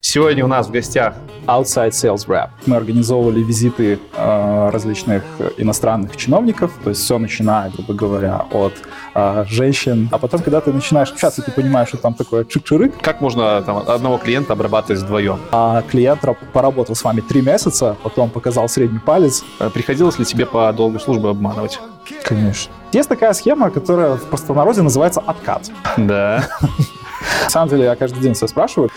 Сегодня у нас в гостях Outside Sales Rep. Мы организовывали визиты различных иностранных чиновников, то есть все начиная, грубо говоря, от женщин. А потом, когда ты начинаешь общаться, ты понимаешь, что там такое чик-чирык. Как можно там, одного клиента обрабатывать вдвоем? Клиент поработал с вами 3 месяца, потом показал средний палец. Приходилось ли тебе по долгой службе обманывать? Конечно. Есть такая схема, которая в простонародье называется откат. Да. На самом деле, я каждый день себя спрашиваю.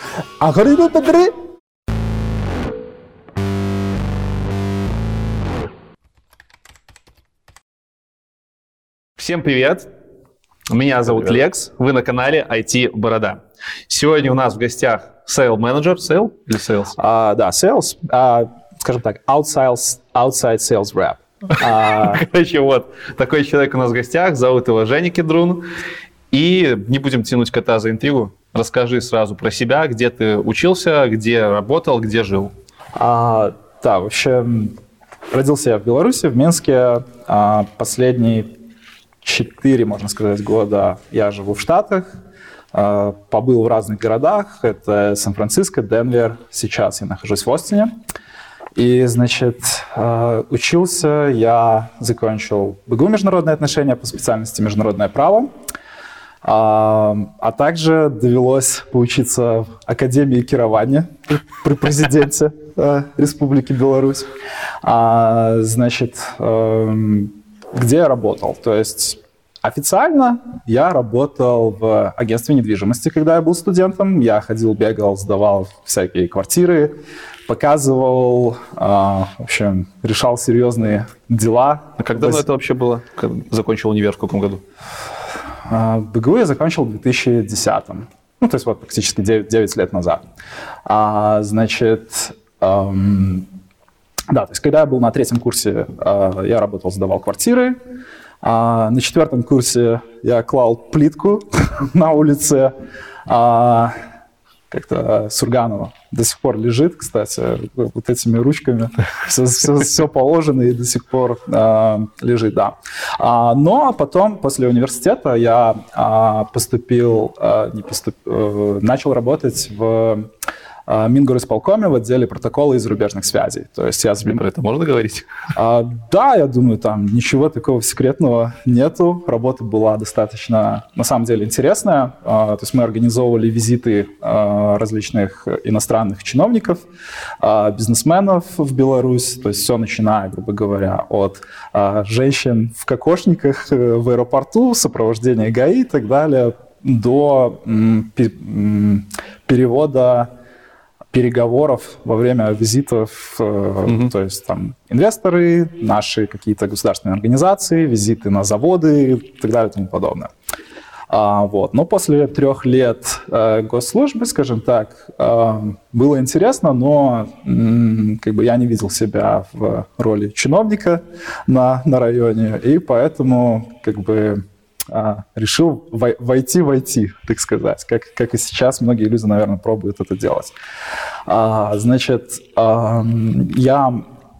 Всем привет! Меня зовут Лекс, вы на канале IT Борода. Сегодня у нас в гостях Sales Manager, Sales или Sales? Да, Sales, скажем так, Outside Sales Rep. Короче, вот, такой человек у нас в гостях, зовут его Женя Кедрун. И не будем тянуть кота за интригу. Расскажи сразу про себя, где ты учился, где работал, где жил. Да, вообще родился я в Беларуси, в Минске. Последние 4, можно сказать, года я живу в Штатах. Побыл в разных городах. Это Сан-Франциско, Денвер. Сейчас я нахожусь в Остине. И, значит, учился, я закончил БГУ международные отношения по специальности международное право. А также довелось поучиться в Академии керования при президенте Республики Беларусь. Значит, где я работал? То есть официально я работал в агентстве недвижимости, когда я был студентом. Я ходил, бегал, сдавал всякие квартиры, показывал, в общем, решал серьезные дела. А когда это вообще было? Закончил универ в каком году? БГУ я закончил в 2010. Ну, то есть вот практически 9 лет назад. Значит, да, то есть когда я был на 3-м курсе, я работал, сдавал квартиры. На 4-м курсе я клал плитку на улице. Как-то Сурганова до сих пор лежит, кстати, вот этими ручками. Все положено и до сих пор лежит, да. Но потом, после университета, я начал работать в Мингорисполкоме в отделе протокола и зарубежных связей. То есть я про это можно говорить? Да, я думаю, там ничего такого секретного нету. Работа была достаточно, на самом деле, интересная. То есть мы организовывали визиты различных иностранных чиновников, бизнесменов в Беларусь. То есть все начиная, грубо говоря, от женщин в кокошниках в аэропорту, сопровождения ГАИ и так далее, до переговоров во время визитов, то есть там инвесторы, наши какие-то государственные организации, визиты на заводы и так далее и тому подобное. Вот. Но после 3 лет госслужбы, скажем так, было интересно, но как бы я не видел себя в роли чиновника на районе, и поэтому как бы решил войти, так сказать, как и сейчас многие люди, наверное, пробуют это делать. Значит, я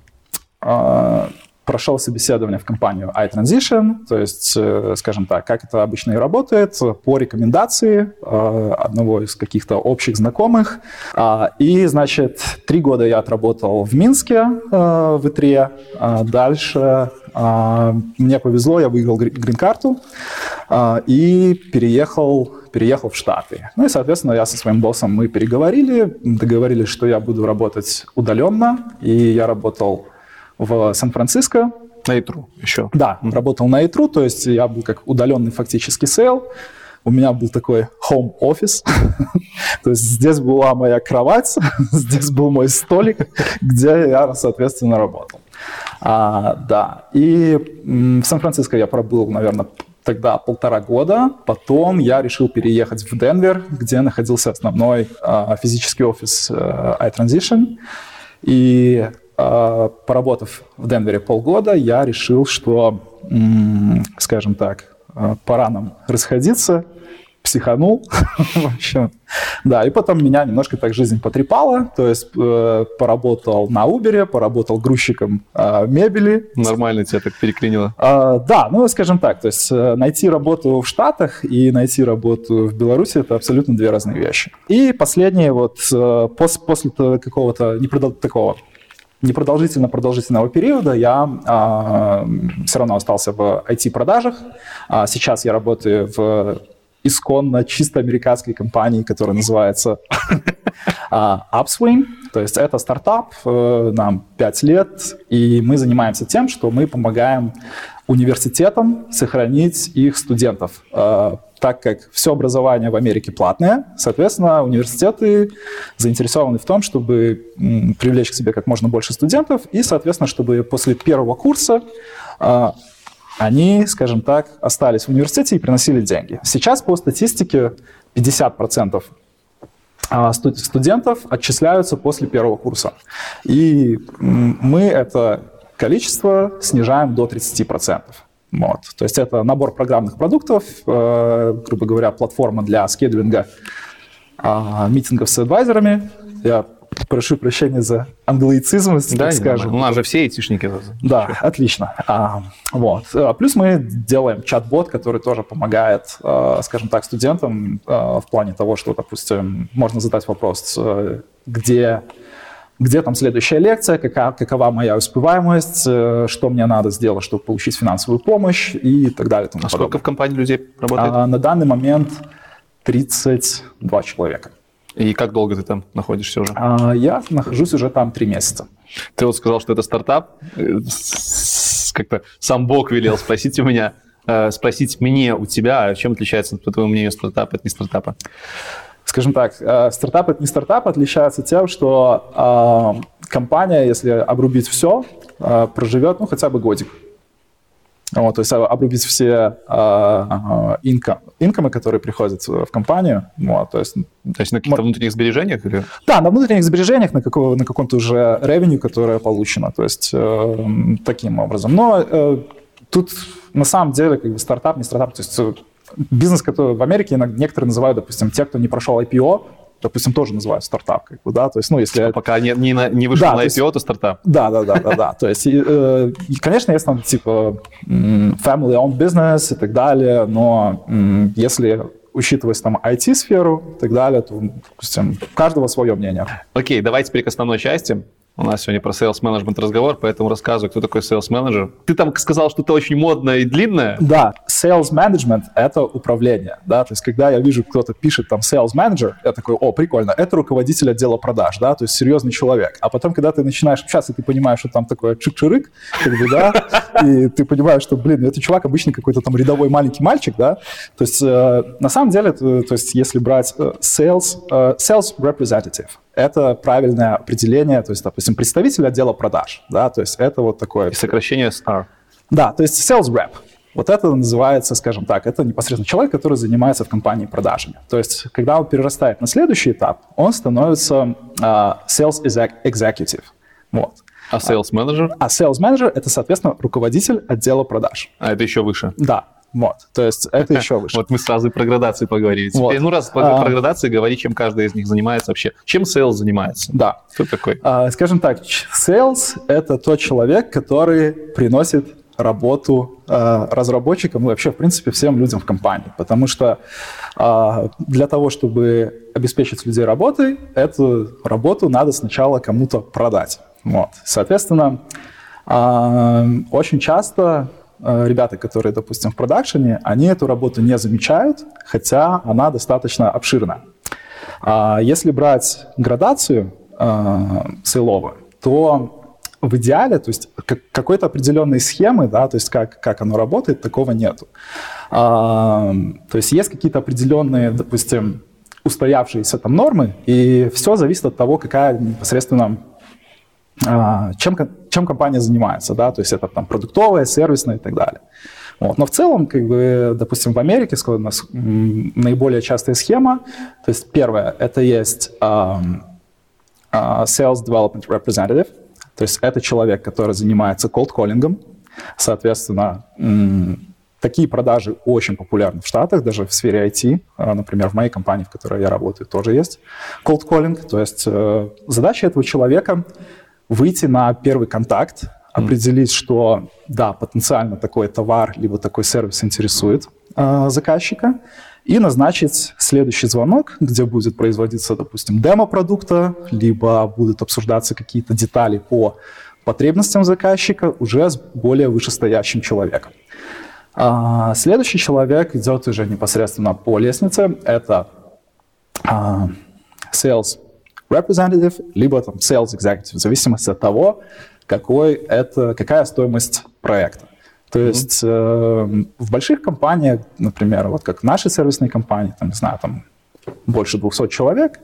прошел собеседование в компанию iTransition, то есть, скажем так, как это обычно и работает, по рекомендации одного из каких-то общих знакомых. И, значит, 3 года я отработал в Минске, в ИТРЕ. Дальше мне повезло, я выиграл грин-карту и переехал в Штаты. Ну и, соответственно, я со своим боссом мы переговорили, договорились, что я буду работать удаленно, и я работал в Сан-Франциско. На ИТРУ еще? Да, работал на ИТРУ, то есть я был как удаленный фактически сейл. У меня был такой home office, то есть здесь была моя кровать, здесь был мой столик, где я, соответственно, работал. Да, и в Сан-Франциско я пробыл, наверное, тогда 1,5 года. Потом я решил переехать в Денвер, где находился основной физический офис iTransition. И поработав в Денвере полгода, я решил, что, скажем так, пора нам расходиться. психанул. В общем, да, и потом меня немножко так жизнь потрепала, то есть поработал на Uber, поработал грузчиком мебели. Нормально тебя так переклинило. Да, ну, скажем так, то есть найти работу в Штатах и найти работу в Беларуси — это абсолютно две разные вещи. И последнее, вот после какого-то такого непродолжительного периода я все равно остался в IT-продажах. Сейчас я работаю в исконно чисто американской компании, которая называется Upswing. То есть это стартап, нам 5 лет, и мы занимаемся тем, что мы помогаем университетам сохранить их студентов. Так как все образование в Америке платное, соответственно, университеты заинтересованы в том, чтобы привлечь к себе как можно больше студентов, и, соответственно, чтобы после первого курса они, скажем так, остались в университете и приносили деньги. Сейчас по статистике 50% студентов отчисляются после первого курса. И мы это количество снижаем до 30%. Вот. То есть это набор программных продуктов, грубо говоря, платформа для скедулинга митингов с адвайзерами. Я прошу прощения за англоицизм, так скажем. У нас же все айтишники. Да, отлично. Вот. Плюс мы делаем чат-бот, который тоже помогает, скажем так, студентам в плане того, что, допустим, можно задать вопрос, где там следующая лекция, какова моя успеваемость, что мне надо сделать, чтобы получить финансовую помощь и так далее. А сколько в компании людей работает? На данный момент 32 человека. И как долго ты там находишься уже? Я нахожусь уже там 3 месяца. Ты вот сказал, что это стартап. Как-то сам Бог велел спросить мне у тебя, чем отличается, по твоему мнению, стартап от не стартапа? Скажем так, стартап от не стартапа отличается тем, что компания, если обрубить все, проживет хотя бы годик. Вот, то есть обрубить все инкомы, которые приходят в компанию. Вот, то есть на каких-то внутренних сбережениях? Или? Да, на внутренних сбережениях, на каком-то уже ревеню, которое получено. То есть таким образом. Но тут на самом деле стартап, не стартап. То есть бизнес, который в Америке некоторые называют, допустим, те, кто не прошел IPO, допустим, тоже называют стартап, да, то есть, если... Пока не вышел на IPO, то стартап. Да, то есть, конечно, есть там, типа, family-owned business и так далее, но если учитывать там IT-сферу и так далее, то, допустим, у каждого свое мнение. Окей, давайте теперь к основной части. У нас сегодня про sales management разговор, поэтому рассказывай, кто такой sales manager. Ты там сказал что-то очень модное и длинное. Да, sales management — это управление, да, то есть когда я вижу, кто-то пишет там sales manager, я такой, о, прикольно, это руководитель отдела продаж, да, то есть серьезный человек. А потом, когда ты начинаешь общаться, ты понимаешь, что там такое чик-чирык, как бы, да, и ты понимаешь, что, блин, этот чувак обычный какой-то там рядовой маленький мальчик, да, то есть на самом деле, то есть если брать sales representative, это правильное определение, то есть, допустим, представитель отдела продаж, да, то есть это вот такое... И сокращение SR. Да, то есть sales rep. Вот это называется, скажем так, это непосредственно человек, который занимается в компании продажами. То есть, когда он перерастает на следующий этап, он становится sales executive. Вот. А sales manager? А sales manager — это, соответственно, руководитель отдела продаж. А это еще выше? Да. Вот, то есть это еще выше. Вот мы сразу и про градации поговорили. Теперь, раз про градации, говори, чем каждый из них занимается вообще. Чем sales занимается? Да. Кто такой? Скажем так, sales — это тот человек, который приносит работу разработчикам и вообще, в принципе, всем людям в компании. Потому что для того, чтобы обеспечить людей работой, эту работу надо сначала кому-то продать. Вот. Соответственно, очень часто... ребята, которые, допустим, в продакшене, они эту работу не замечают, хотя она достаточно обширна. Если брать градацию сейловую, то в идеале, то есть какой-то определенной схемы, да, то есть как оно работает, такого нету. То есть есть какие-то определенные, допустим, устоявшиеся там нормы, и все зависит от того, какая непосредственно чем компания занимается, да, то есть это там продуктовая, сервисная и так далее. Вот. Но в целом, как бы, допустим, в Америке у нас наиболее частая схема, то есть первое, это есть sales development representative, то есть это человек, который занимается cold-calling, соответственно, Такие продажи очень популярны в Штатах, даже в сфере IT. Например, в моей компании, в которой я работаю, тоже есть cold calling. То есть задача этого человека выйти на первый контакт, определить, что да, потенциально такой товар либо такой сервис интересует заказчика, и назначить следующий звонок, где будет производиться, допустим, демо продукта, либо будут обсуждаться какие-то детали по потребностям заказчика уже с более вышестоящим человеком. Следующий человек идет уже непосредственно по лестнице. Это sales representative, либо там sales executive, в зависимости от того, какая стоимость проекта. То есть в больших компаниях, например, вот как в нашей сервисной компании, там, не знаю, там больше 200 человек,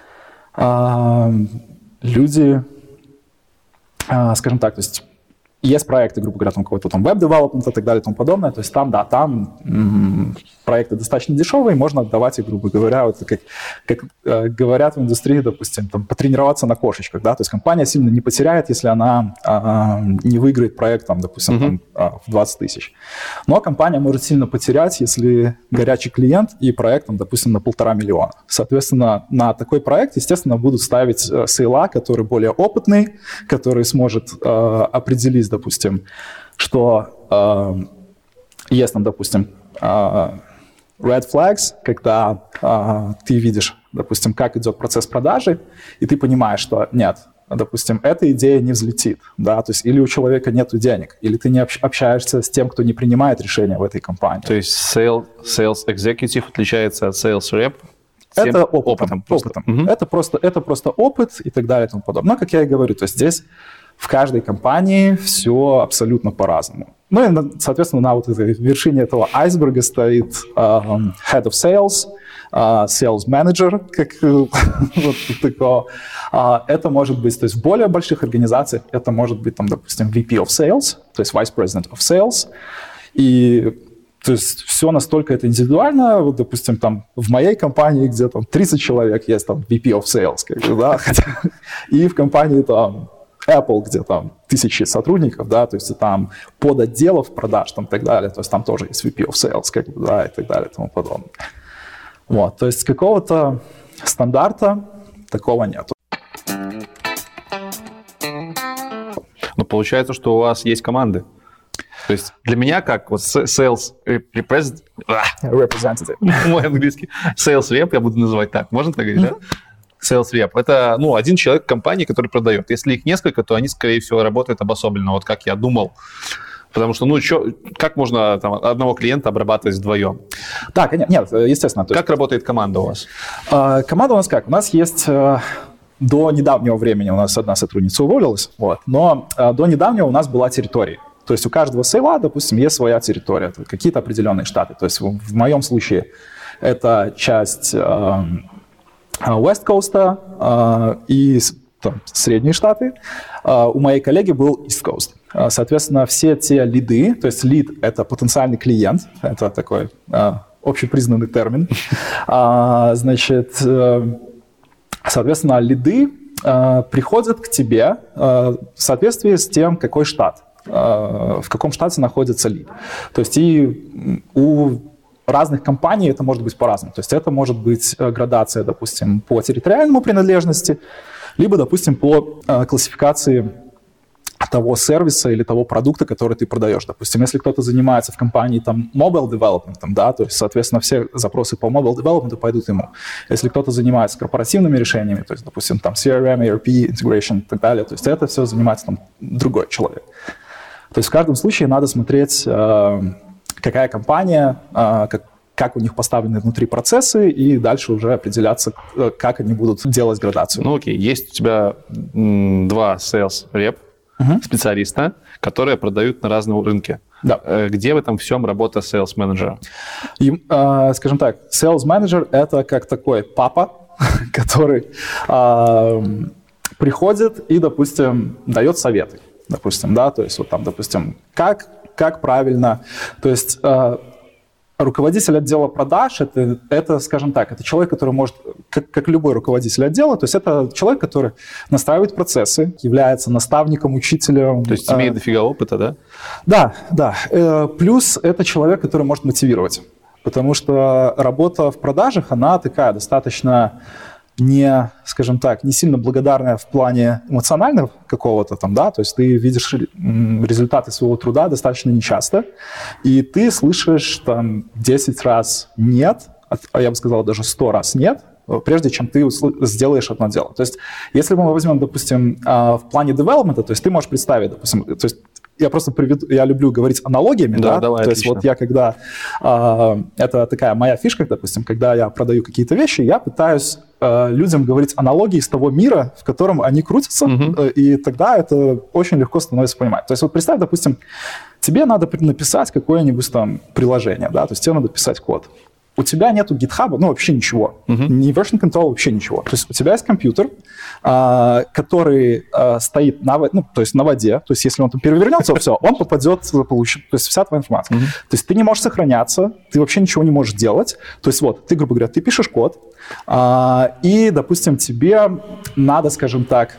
люди, скажем так, то есть есть проекты, грубо говоря, там какой-то там веб-девелопмент и так далее и тому подобное. То есть там, да, там проекты достаточно дешевые, можно отдавать их, грубо говоря, вот как говорят в индустрии, допустим, там, потренироваться на кошечках, да, то есть компания сильно не потеряет, если она не выиграет проект, там, допустим, там, в 20 тысяч. Но компания может сильно потерять, если горячий клиент и проект, там, допустим, на 1,5 миллиона. Соответственно, на такой проект, естественно, будут ставить сейла, который более опытный, который сможет определить, допустим, что есть там, допустим, red flags, когда ты видишь, допустим, как идет процесс продажи, и ты понимаешь, что нет, допустим, эта идея не взлетит, да, то есть или у человека нет денег, или ты не общаешься с тем, кто не принимает решения в этой компании. То есть sales executive отличается от sales rep? Это опытом. Это просто опыт и так далее и тому подобное. Но, как я и говорю, то есть здесь в каждой компании все абсолютно по-разному. Ну и, соответственно, на вот этой вершине этого айсберга стоит head of sales, sales manager, как вот такого. Это может быть, то есть в более больших организациях это может быть, там, допустим, VP of sales, то есть vice president of sales. И то есть все настолько это индивидуально. Вот, допустим, там в моей компании, где там 30 человек, есть там VP of sales, как бы, да, и в компании там Apple, где там 1000 сотрудников, да, то есть там подотделов продаж, там, и так далее, то есть там тоже есть VP of sales, как бы, да, и так далее, и тому подобное. Вот, то есть какого-то стандарта такого нету. Но получается, что у вас есть команды. То есть для меня, как вот sales representative, мой английский, sales rep, я буду называть так, можно так говорить, да? Sales rep. Это, один человек в компании, который продает. Если их несколько, то они, скорее всего, работают обособленно, вот как я думал. Потому что, как можно там, одного клиента обрабатывать вдвоем? Так, нет, естественно. Как работает команда у вас? Команда у нас как? У нас есть... До недавнего времени у нас одна сотрудница уволилась, вот, но до недавнего у нас была территория. То есть у каждого сейла, допустим, есть своя территория, какие-то определенные штаты. То есть в моем случае это часть West Coast и там, средние штаты. У моей коллеги был East Coast. Соответственно, все те лиды, то есть лид – это потенциальный клиент, это такой общепризнанный термин. Значит, соответственно, лиды приходят к тебе в соответствии с тем, какой штат, в каком штате находится лид. То есть и у разных компаний это может быть по-разному. То есть это может быть градация, допустим, по территориальному принадлежности, либо, допустим, по классификации того сервиса или того продукта, который ты продаешь. Допустим, если кто-то занимается в компании там mobile development, да, то есть, соответственно, все запросы по mobile development пойдут ему. Если кто-то занимается корпоративными решениями, то есть, допустим, там CRM, ERP, integration и так далее, то есть это все занимается там другой человек. То есть в каждом случае надо смотреть, какая компания, как у них поставлены внутри процессы, и дальше уже определяться, как они будут делать градацию. Ну окей, есть у тебя 2 sales rep, специалиста, которые продают на разном рынке. Да. Где в этом всем работа sales менеджера? Скажем так, sales менеджер – это как такой папа, который приходит и, допустим, дает советы. Допустим, да, то есть вот там, допустим, как правильно, то есть руководитель отдела продаж это, скажем так, это человек, который может, как любой руководитель отдела, то есть это человек, который настраивает процессы, является наставником, учителем. То есть имеет дофига опыта, да? Да. Плюс это человек, который может мотивировать. Потому что работа в продажах, она такая достаточно не, скажем так, не сильно благодарная в плане эмоционального какого-то там, да, то есть ты видишь результаты своего труда достаточно нечасто, и ты слышишь там 10 раз «нет», а я бы сказал даже 100 раз «нет», прежде чем ты сделаешь одно дело. То есть если мы возьмем, допустим, в плане девелопмента, то есть ты можешь представить, допустим, то есть я просто я люблю говорить аналогиями, да, давай, то есть вот я когда, это такая моя фишка, допустим, когда я продаю какие-то вещи, я пытаюсь людям говорить аналогии из того мира, в котором они крутятся, и тогда это очень легко становится понимать. То есть вот представь, допустим, тебе надо написать какое-нибудь там приложение, да, то есть тебе надо писать код. У тебя нету GitHub, ну, вообще ничего. Ни version control, вообще ничего. То есть у тебя есть компьютер, который стоит на воде. То есть если он там перевернется, все, он попадет, получит, то есть вся твоя информация. То есть ты не можешь сохраняться, ты вообще ничего не можешь делать. То есть вот, ты, грубо говоря, ты пишешь код, и, допустим, тебе надо, скажем так,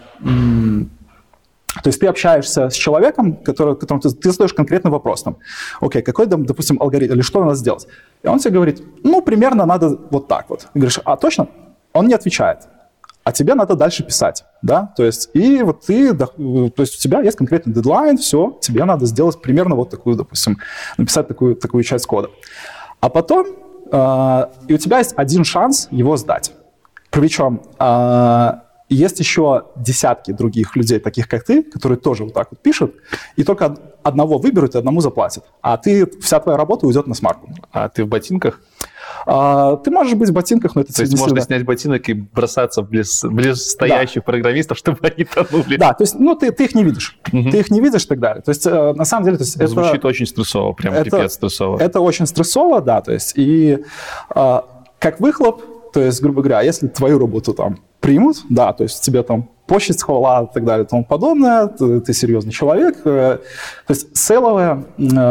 то есть ты общаешься с человеком, которому ты задаешь конкретный вопрос. Там, окей, какой, допустим, алгоритм, или что надо сделать? И он тебе говорит, ну, примерно надо вот так вот. Ты говоришь, а точно? Он не отвечает. А тебе надо дальше писать, да? То есть, и вот то есть у тебя есть конкретный дедлайн, все, тебе надо сделать примерно вот такую, допустим, написать такую часть кода. А потом, и у тебя есть один шанс его сдать. Причем есть еще десятки других людей, таких как ты, которые тоже вот так вот пишут, и только одного выберут и одному заплатят. А вся твоя работа уйдет на смарку. А ты в ботинках? Ты можешь быть в ботинках, но это... То есть можно снять ботинок и бросаться в близстоящих программистов, чтобы они тонули. Да, то есть ты их не видишь. Ты их не видишь и так далее. То есть на самом деле... То есть звучит очень стрессово, прям пипец стрессово. Это очень стрессово, да. То есть и как выхлоп, то есть, грубо говоря, если твою работу там примут, да, то есть тебе там почесть, хвала и так далее и тому подобное, ты серьезный человек. То есть сейловое,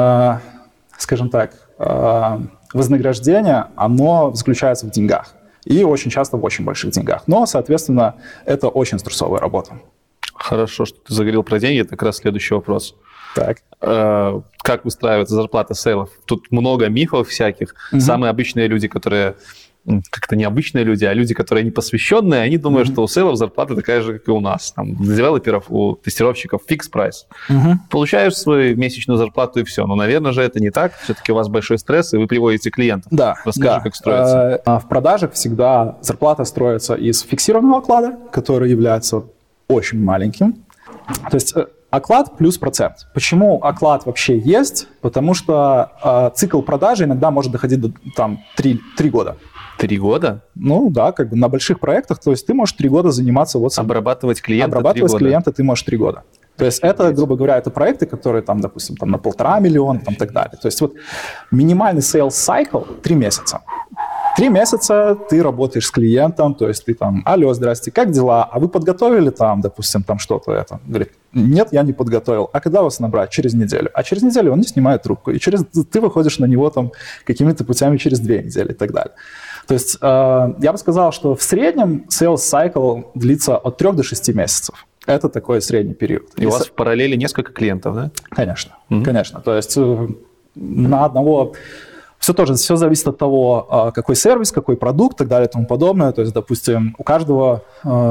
скажем так, вознаграждение, оно заключается в деньгах. И очень часто в очень больших деньгах. Но, соответственно, это очень стрессовая работа. Хорошо, что ты заговорил про деньги. Это как раз следующий вопрос. Так. Как выстраивается зарплата сейлов? Тут много мифов всяких. Самые обычные люди, которые... как-то не обычные люди, а люди, которые не посвященные, они думают, что у сейлов зарплата такая же, как и у нас. Там, у девелоперов, у тестировщиков фикс прайс. Получаешь свою месячную зарплату и все. Но, наверное же, это не так. Все-таки у вас большой стресс, и вы приводите клиентов. Да. Расскажи, как строится. В продажах всегда зарплата строится из фиксированного оклада, который является очень маленьким. То есть оклад плюс процент. Почему оклад вообще есть? Потому что цикл продажи иногда может доходить до 3 года. 3 года? Ну да, как бы на больших проектах, то есть ты можешь 3 года заниматься вот... Обрабатывать клиента 3 года? Обрабатывать клиента ты можешь 3 года. То есть это, грубо говоря, это проекты, которые там, допустим, там, на 1,5 миллиона и так далее. То есть вот минимальный sales cycle 3 месяца. 3 месяца ты работаешь с клиентом, то есть ты там, алло, здрасте, как дела? А вы подготовили там, допустим, там что-то это? Говорит, нет, я не подготовил. А когда вас набрать? Через неделю. А через неделю он не снимает трубку. И ты выходишь на него там какими-то путями через 2 недели и так далее. То есть я бы сказал, что в среднем sales cycle длится от 3 до 6 месяцев. Это такой средний период. И у вас в параллели несколько клиентов, да? Конечно, конечно. То есть на одного... Все зависит от того, какой сервис, какой продукт и так далее и тому подобное. То есть, допустим, у каждого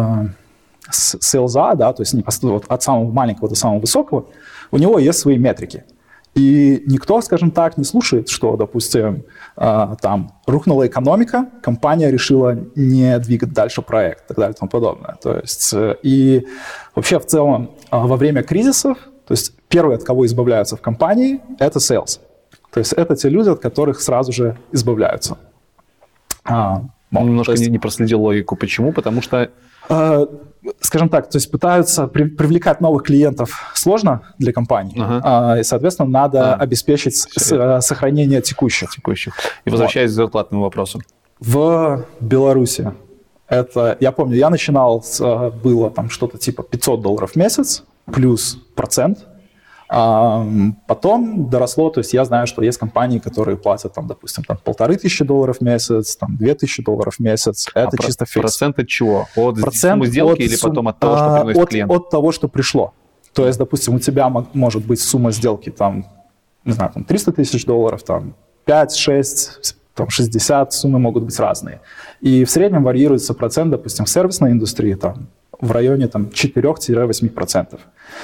сейлза, да, то есть от самого маленького до самого высокого, у него есть свои метрики. И никто, скажем так, не слушает, что, допустим, там рухнула экономика, компания решила не двигать дальше проект и так далее и тому подобное. То есть, и вообще в целом во время кризисов, то есть первые, от кого избавляются в компании, это sales. То есть это те люди, от которых сразу же избавляются. Немножко не проследил логику. Почему? Потому что... Скажем так, то есть пытаются привлекать новых клиентов сложно для компаний, и, соответственно, надо обеспечить сохранение текущих. И возвращаясь к зарплатным вопросам. В Беларуси это, я помню, я начинал, было там что-то типа $500 в месяц плюс процент. Потом доросло, то есть я знаю, что есть компании, которые платят, там, допустим, там, $1500 в месяц, там, $2000 в месяц. Это чисто фикс. Процент от чего? От суммы сделки или потом от того, что приносит клиент? От того, что пришло. То есть, допустим, у тебя может быть сумма сделки, там, не знаю, там, $300 000, там, 5, 6, там, 60, суммы могут быть разные. И в среднем варьируется процент, допустим, в сервисной индустрии там, в районе там, 4-8%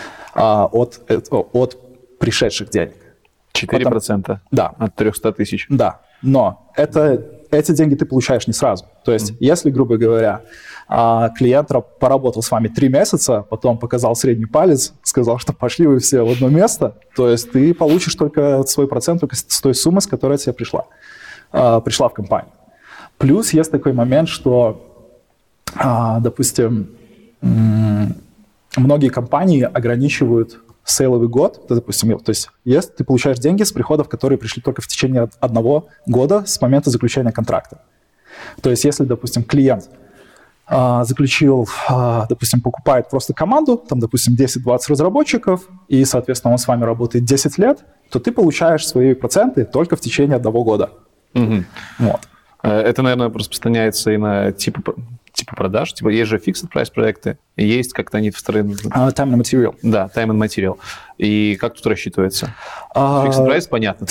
от пришедших денег. 4%? Да. От 300 тысяч? Да, но эти деньги ты получаешь не сразу. То есть, если, грубо говоря, клиент поработал с вами 3 месяца, потом показал средний палец, сказал, что пошли вы все в одно место, то есть ты получишь только свой процент только с той суммы, с которой тебе пришла в компанию. Плюс есть такой момент, что, допустим, многие компании ограничивают сейловый год, допустим, то есть ты получаешь деньги с приходов, которые пришли только в течение 1 года с момента заключения контракта. То есть если, допустим, клиент заключил, допустим, покупает просто команду, там, допустим, 10-20 разработчиков, и, соответственно, он с вами работает 10 лет, то ты получаешь свои проценты только в течение 1 года. Угу. Вот. Это, наверное, распространяется и на типа продаж. Типа есть же fixed price проекты, и есть как-то они вторые... Time and material. Да, time and material. И как тут рассчитывается? Fixed price, понятно.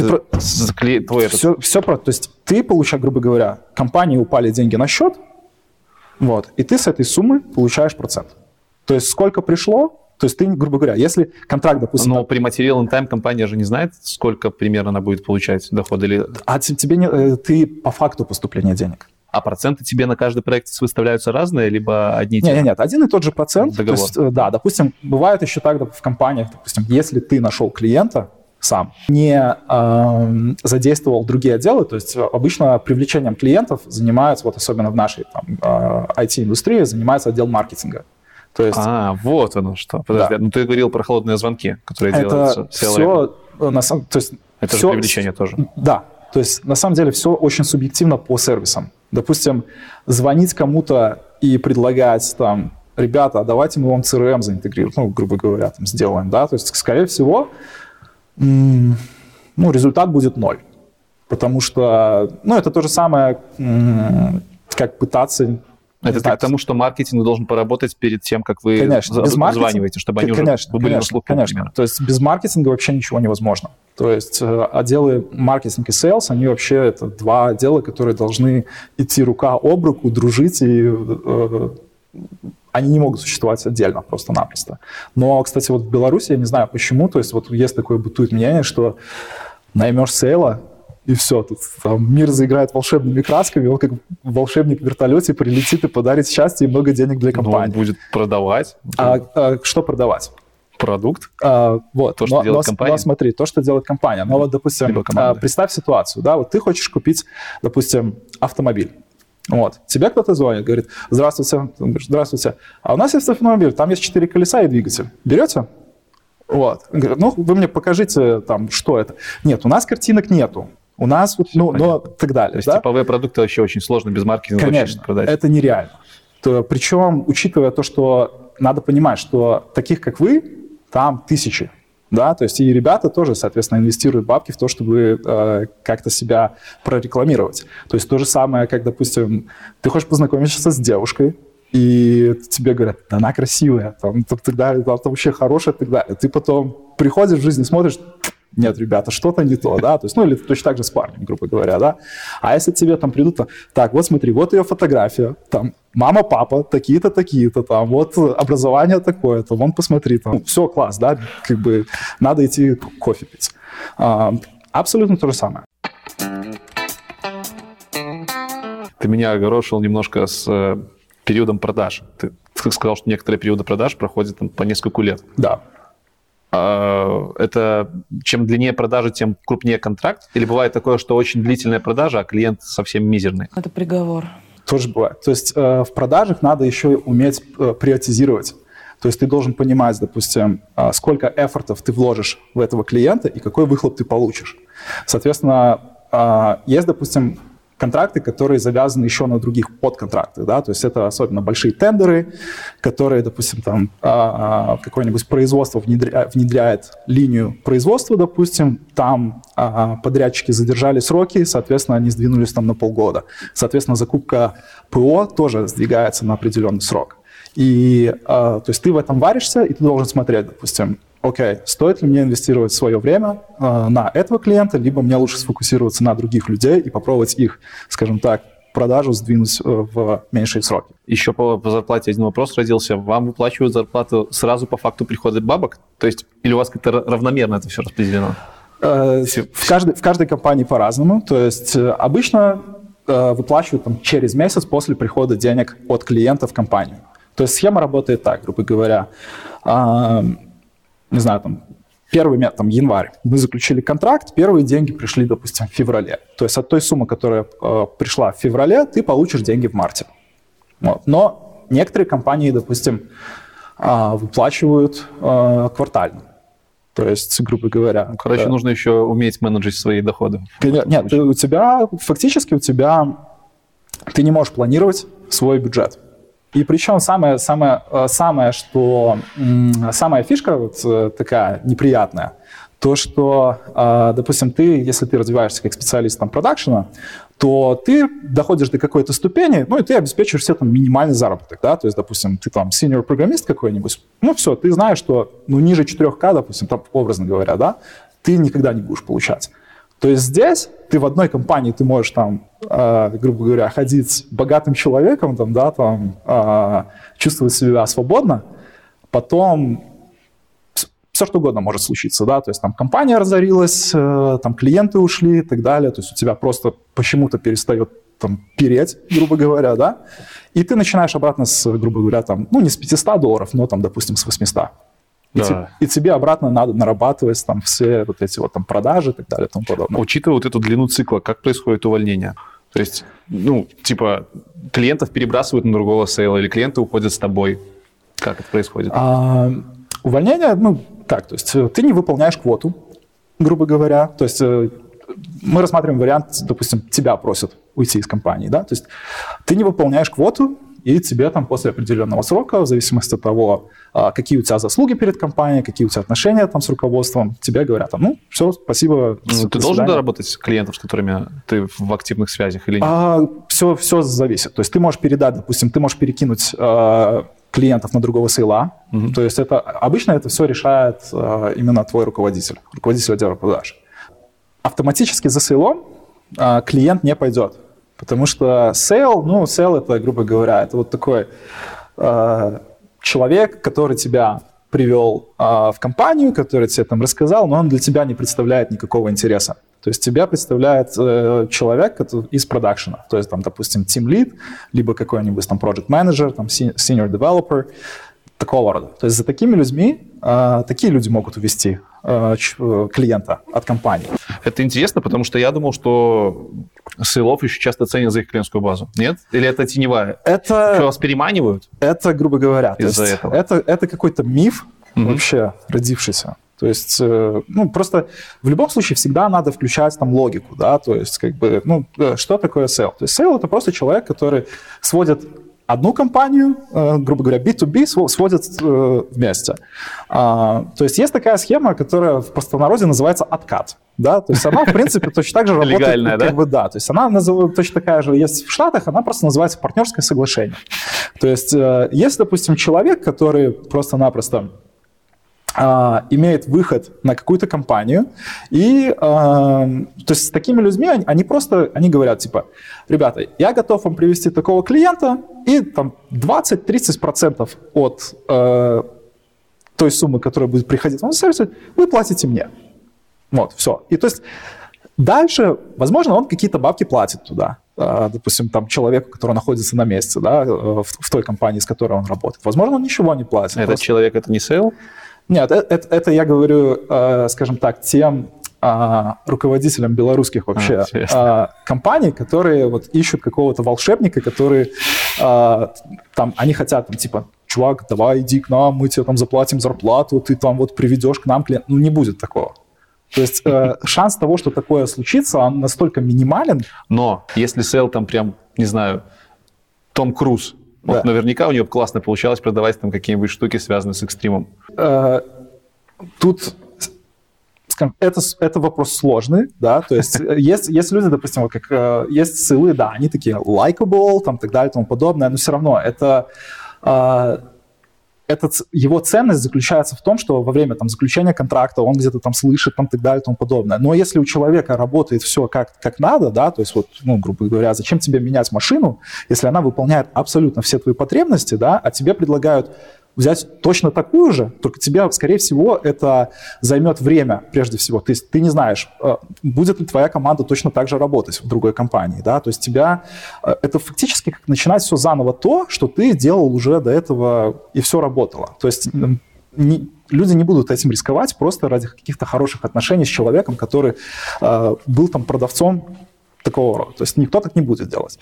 То есть ты получаешь, грубо говоря, компании упали деньги на счет, вот, и ты с этой суммы получаешь процент. То есть сколько пришло, то есть ты, грубо говоря, если контракт, допустим... Но при Material in Time компания же не знает, сколько примерно она будет получать дохода? Или... ты по факту поступления денег. А проценты тебе на каждый проект выставляются разные, либо одни и те же? Нет, один и тот же процент. Договор. То есть, да, допустим, бывает еще так в компаниях, допустим, если ты нашел клиента сам, не задействовал другие отделы, то есть обычно привлечением клиентов занимаются, вот особенно в нашей IT-индустрии, занимается отдел маркетинга. То есть, вот оно что. Подожди, да. Ты говорил про холодные звонки, которые делаются. Это же привлечение тоже. Да. То есть, на самом деле, все очень субъективно по сервисам. Допустим, звонить кому-то и предлагать, там, ребята, давайте мы вам CRM заинтегрируем, грубо говоря, там, сделаем, да, то есть, скорее всего, результат будет 0. Потому что, это то же самое, как пытаться... Это к тому, что маркетинг должен поработать перед тем, как вы званиваете, чтобы они уже были на слуху. Конечно. То есть без маркетинга вообще ничего невозможно. То есть отделы маркетинг и сейлс, они вообще это 2 отдела, которые должны идти рука об руку, дружить, и они не могут существовать отдельно просто-напросто. Но, кстати, вот в Беларуси, я не знаю почему, то есть вот есть такое бытует мнение, что наймешь сейла, и все, тут там мир заиграет волшебными красками, он как волшебник в вертолете прилетит и подарит счастье и много денег для компании. Он будет продавать. Что продавать? Продукт? Вот. То, что делает компания? Но смотри, то, что делает компания. Вот, допустим, представь ситуацию, да, вот ты хочешь купить, допустим, автомобиль. Вот. Тебе кто-то звонит, говорит, здравствуйте, ты говоришь, здравствуйте, а у нас есть автомобиль, там есть 4 колеса и двигатель. Берете? Вот. Говорит, вы мне покажите, там, что это. Нет, у нас картинок нету. У нас, но так далее. То есть типовые продукты вообще очень сложно без маркетинга продать. Это нереально. Причем, учитывая то, что надо понимать, что таких, как вы, там тысячи. Да? То есть и ребята тоже, соответственно, инвестируют бабки в то, чтобы как-то себя прорекламировать. То есть то же самое, как, допустим, ты хочешь познакомиться с девушкой, и тебе говорят, да она красивая, там, так далее, там вообще хорошая, так далее. Ты потом приходишь в жизнь, смотришь, нет, ребята, что-то не то, да, то есть, или точно так же с парнем, грубо говоря, да. А если тебе там придут, так, вот смотри, вот ее фотография, там, мама, папа, такие-то, такие-то, там, вот образование такое-то, вон посмотри, там, все, класс, да, как бы надо идти кофе пить. Абсолютно то же самое. Ты меня огорошил немножко с периодом продаж. Ты сказал, что некоторые периоды продаж проходят там, по несколько лет. Да. Это чем длиннее продажа, тем крупнее контракт? Или бывает такое, что очень длительная продажа, а клиент совсем мизерный? Это приговор. Тоже бывает. То есть в продажах надо еще уметь приоритизировать. То есть ты должен понимать, допустим, сколько эфортов ты вложишь в этого клиента и какой выхлоп ты получишь. Соответственно, есть, допустим, контракты, которые завязаны еще на других подконтрактах, да, то есть это особенно большие тендеры, которые, допустим, там какое-нибудь производство внедряет линию производства, допустим, там подрядчики задержали сроки, соответственно, они сдвинулись там на полгода. Соответственно, закупка ПО тоже сдвигается на определенный срок. И, то есть ты в этом варишься, и ты должен смотреть, допустим, окей, стоит ли мне инвестировать свое время на этого клиента, либо мне лучше сфокусироваться на других людей и попробовать их, скажем так, продажу сдвинуть в меньшие сроки. Еще по зарплате один вопрос родился. Вам выплачивают зарплату сразу по факту прихода бабок? То есть, или у вас как-то равномерно это все распределено? В каждой компании по-разному. То есть обычно выплачивают там, через месяц после прихода денег от клиента в компанию. То есть схема работает так, грубо говоря. Не знаю, там, январь, мы заключили контракт, первые деньги пришли, допустим, в феврале. То есть от той суммы, которая пришла в феврале, ты получишь деньги в марте. Вот. Но некоторые компании, допустим, выплачивают квартально. То есть, грубо говоря... Короче, нужно еще уметь менеджить свои доходы. Нет, фактически ты не можешь планировать свой бюджет. И причем самая фишка вот такая неприятная, то, что, допустим, если ты развиваешься как специалист там, продакшена, то ты доходишь до какой-то ступени, ну, и ты обеспечиваешь себе там минимальный заработок, да, то есть, допустим, ты там senior-программист какой-нибудь, ну, все, ты знаешь, что, ну, ниже 4К, допустим, там, образно говоря, да, ты никогда не будешь получать. То есть здесь ты в одной компании ты можешь там, грубо говоря, ходить богатым человеком, там, да, там, чувствовать себя свободно, потом все что угодно может случиться, да, то есть там компания разорилась, там клиенты ушли и так далее, то есть у тебя просто почему-то перестает там переть, грубо говоря, да, и ты начинаешь обратно грубо говоря, там, ну не с $500, но там, допустим, с 800. Да. И тебе обратно надо нарабатывать там все вот эти вот там продажи и так далее и тому подобное. Учитывая вот эту длину цикла, как происходит увольнение? То есть, ну, типа, клиентов перебрасывают на другого сейла или клиенты уходят с тобой? Как это происходит? Увольнение, ну, как, то есть ты не выполняешь квоту, грубо говоря. То есть мы рассматриваем вариант, допустим, тебя просят уйти из компании, да, то есть ты не выполняешь квоту, и тебе там после определенного срока, в зависимости от того, какие у тебя заслуги перед компанией, какие у тебя отношения там с руководством, тебе говорят, там, ну, все, спасибо. Ты должен доработать клиентов, с которыми ты в активных связях или нет? Все зависит. То есть ты можешь передать, допустим, ты можешь перекинуть клиентов на другого сейла. То есть обычно это все решает именно твой руководитель отдела продаж. Автоматически за сейлом клиент не пойдет. Потому что сейл это, грубо говоря, это вот такой человек, который тебя привел в компанию, который тебе там рассказал, но он для тебя не представляет никакого интереса. То есть тебя представляет человек из продакшена, то есть там, допустим, team lead, либо какой-нибудь там project manager, там senior developer, такого рода. То есть за такими людьми, такие люди могут увести клиента от компании. Это интересно, потому что я думал, что сейлов еще часто ценят за их клиентскую базу. Нет? Или это теневая? Что, вас переманивают? Это, грубо говоря, из-за этого. Это какой-то миф вообще родившийся. То есть, ну, просто в любом случае всегда надо включать там логику, да, то есть, как бы, ну, что такое сейл? То есть сейл — это просто человек, который сводит одну компанию, грубо говоря, B2B сводят вместе. То есть такая схема, которая в простонародье называется откат. Да? То есть она, в принципе, точно так же работает. Легальная, да? Как бы, да. То есть она точно такая же есть в Штатах, она просто называется партнерское соглашение. То есть есть, допустим, человек, который просто-напросто имеет выход на какую-то компанию, и то есть с такими людьми они говорят, типа, ребята, я готов вам привести такого клиента, и там 20-30% от той суммы, которая будет приходить вам в сервис, вы платите мне. Вот, все. И то есть дальше, возможно, он какие-то бабки платит туда, допустим, там человеку, который находится на месте, да, в той компании, с которой он работает. Возможно, он ничего не платит. Этот человек, это не сейл? Нет, это я говорю, скажем так, тем руководителям белорусских вообще компаний, которые вот ищут какого-то волшебника, который там, они хотят, там, типа, чувак, давай иди к нам, мы тебе там заплатим зарплату, ты там вот приведешь к нам клиента. Ну, не будет такого. То есть шанс того, что такое случится, он настолько минимален. Но если сейл там прям, не знаю, Том Круз, да. Вот наверняка у него классно получалось продавать там какие-нибудь штуки, связанные с экстримом. Тут... Это вопрос сложный, да, то есть есть люди, допустим, вот как есть сейлы, да, они такие likable, там, так далее, и тому подобное, но все равно его ценность заключается в том, что во время там заключения контракта он где-то там слышит, там, так далее, и тому подобное. Но если у человека работает все как надо, да, то есть вот, ну, грубо говоря, зачем тебе менять машину, если она выполняет абсолютно все твои потребности, да, а тебе предлагают взять точно такую же, только тебе, скорее всего, это займет время, прежде всего. То есть ты не знаешь, будет ли твоя команда точно так же работать в другой компании, да, то есть это фактически как начинать все заново то, что ты делал уже до этого, и все работало. То есть люди не будут этим рисковать просто ради каких-то хороших отношений с человеком, который был там продавцом такого рода. То есть никто так не будет делать.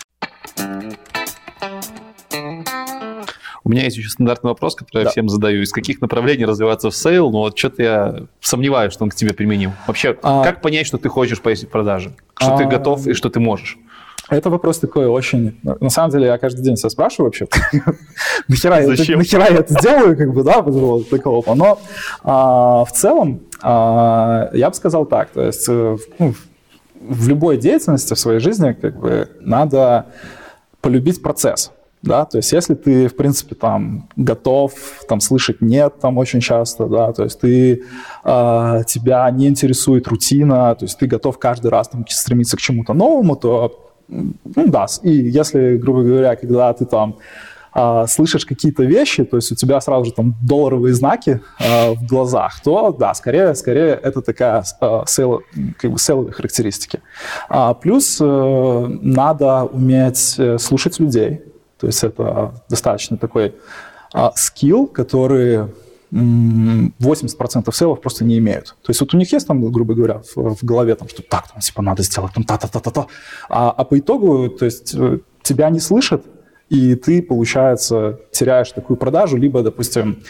У меня есть еще стандартный вопрос, который я всем задаю. Из каких направлений развиваться в сейл? Но вот что-то я сомневаюсь, что он к тебе применим. Вообще, как понять, что ты хочешь повысить продажи? Что ты готов и что ты можешь? Это вопрос такой очень... На самом деле, я каждый день себя спрашиваю вообще, нахера я это делаю, как бы, да, такого. Но в целом, я бы сказал так, то есть в любой деятельности в своей жизни как бы надо полюбить процесс. Да, то есть если ты, в принципе, там готов там слышать «нет» там очень часто, да, то есть тебя не интересует рутина, то есть ты готов каждый раз там стремиться к чему-то новому, то, ну да, и если, грубо говоря, когда ты там слышишь какие-то вещи, то есть у тебя сразу же там долларовые знаки в глазах, то да, скорее это такая сейловые характеристики. Плюс надо уметь слушать людей. То есть это достаточно такой скилл, который 80% сейлов просто не имеют. То есть вот у них есть там, грубо говоря, в голове, там, что так, там, типа, надо сделать, там, та-та-та-та-та. А по итогу, то есть тебя не слышат, и ты, получается, теряешь такую продажу, либо, допустим,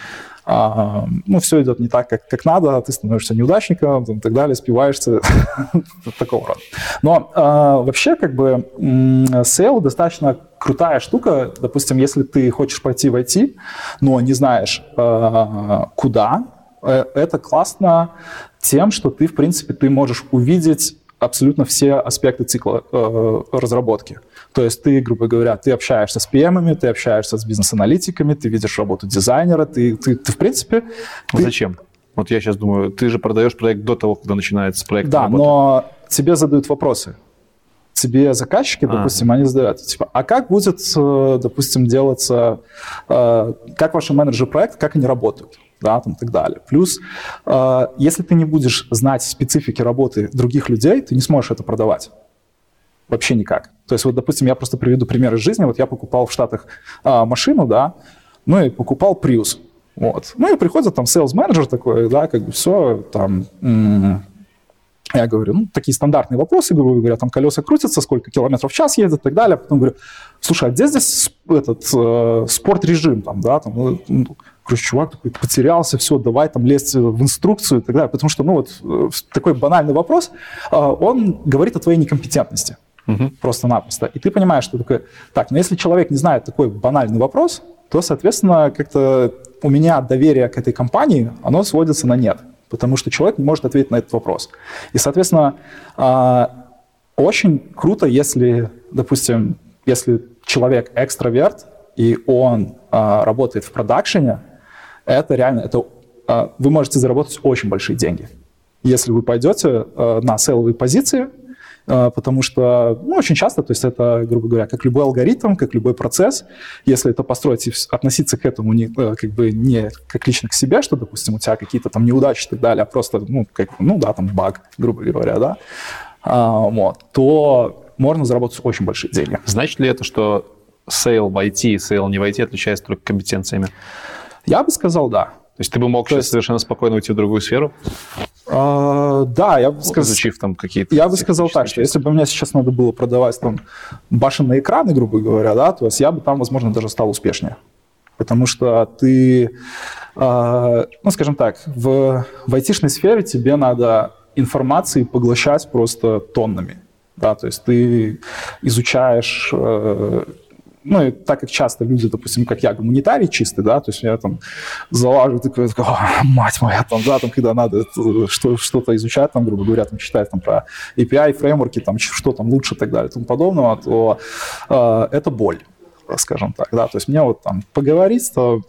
все идет не так, как надо, ты становишься неудачником и так далее, спиваешься такого рода. Но вообще, как бы, сейл достаточно крутая штука. Допустим, если ты хочешь пойти в IT, но не знаешь, куда, это классно тем, что ты, в принципе, ты можешь увидеть абсолютно все аспекты цикла разработки. То есть ты, грубо говоря, ты общаешься с PM-ами, ты общаешься с бизнес-аналитиками, ты видишь работу дизайнера, ты в принципе... Зачем? Вот я сейчас думаю, ты же продаешь проект до того, когда начинается проект. Да, работы. Но тебе задают вопросы. Тебе заказчики, допустим, они задают, типа, а как будет, допустим, делаться, как ваши менеджеры проекта, как они работают? Да, там, и так далее. Плюс, если ты не будешь знать специфики работы других людей, ты не сможешь это продавать. Вообще никак. То есть, вот, допустим, я просто приведу пример из жизни. Вот я покупал в Штатах машину, да, ну и покупал Prius. Вот. Ну и приходит там сейлс-менеджер такой, да, как бы все, там... Я говорю, такие стандартные вопросы, грубо говоря, там колеса крутятся, сколько километров в час едет и так далее. Потом говорю, слушай, а где здесь спорт-режим? Там, да, там, короче, чувак такой потерялся, все, давай там лезть в инструкцию и так далее. Потому что, такой банальный вопрос, он говорит о твоей некомпетентности. Просто-напросто. И ты понимаешь, что такое, так, но если человек не знает такой банальный вопрос, то, соответственно, как-то у меня доверие к этой компании, оно сводится на нет. Потому что человек не может ответить на этот вопрос. И, соответственно, очень круто, если, допустим, если человек экстраверт, и он работает в продакшене, это реально, вы можете заработать очень большие деньги, если вы пойдете на сейловые позиции, потому что, очень часто, то есть это, грубо говоря, как любой алгоритм, как любой процесс, если это построить и относиться к этому не как лично к себе, что, допустим, у тебя какие-то там неудачи и так далее, а просто, там баг, грубо говоря, да, то можно заработать очень большие деньги. Значит ли это, что сейл в IT и сейл не в IT отличаются только компетенциями? Я бы сказал, да. То есть ты бы мог сейчас совершенно спокойно уйти в другую сферу? Да, я бы сказал... Изучив там какие-то... Я бы сказал так, что если бы мне сейчас надо было продавать там башенные экраны, грубо говоря, да, то есть я бы там, возможно, даже стал успешнее. Потому что ты, скажем так, в айтишной сфере тебе надо информации поглощать просто тоннами. Да, то есть ты изучаешь, ну, и так как часто люди, допустим, как я, гуманитарий чистый, да, то есть я там залажу, такой мать моя, там, да, там, когда надо что-то изучать, там, грубо говоря, там, читать там, про API, фреймворки, там, что там лучше и так далее, и тому подобного, то это боль, скажем так, да, то есть мне вот там поговорить, то...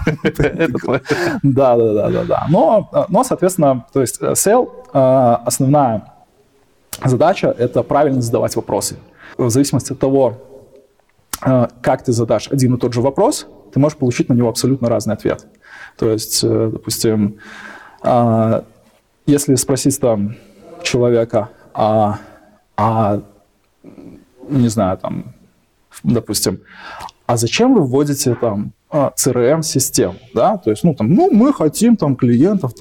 Да. Но, соответственно, то есть SEL, основная задача — это правильно задавать вопросы. В зависимости от того, как ты задашь один и тот же вопрос, ты можешь получить на него абсолютно разный ответ. То есть, допустим, если спросить там человека, не знаю, там, допустим, а зачем вы вводите там CRM-систему, да, то есть, ну, там, ну, мы хотим там клиентов,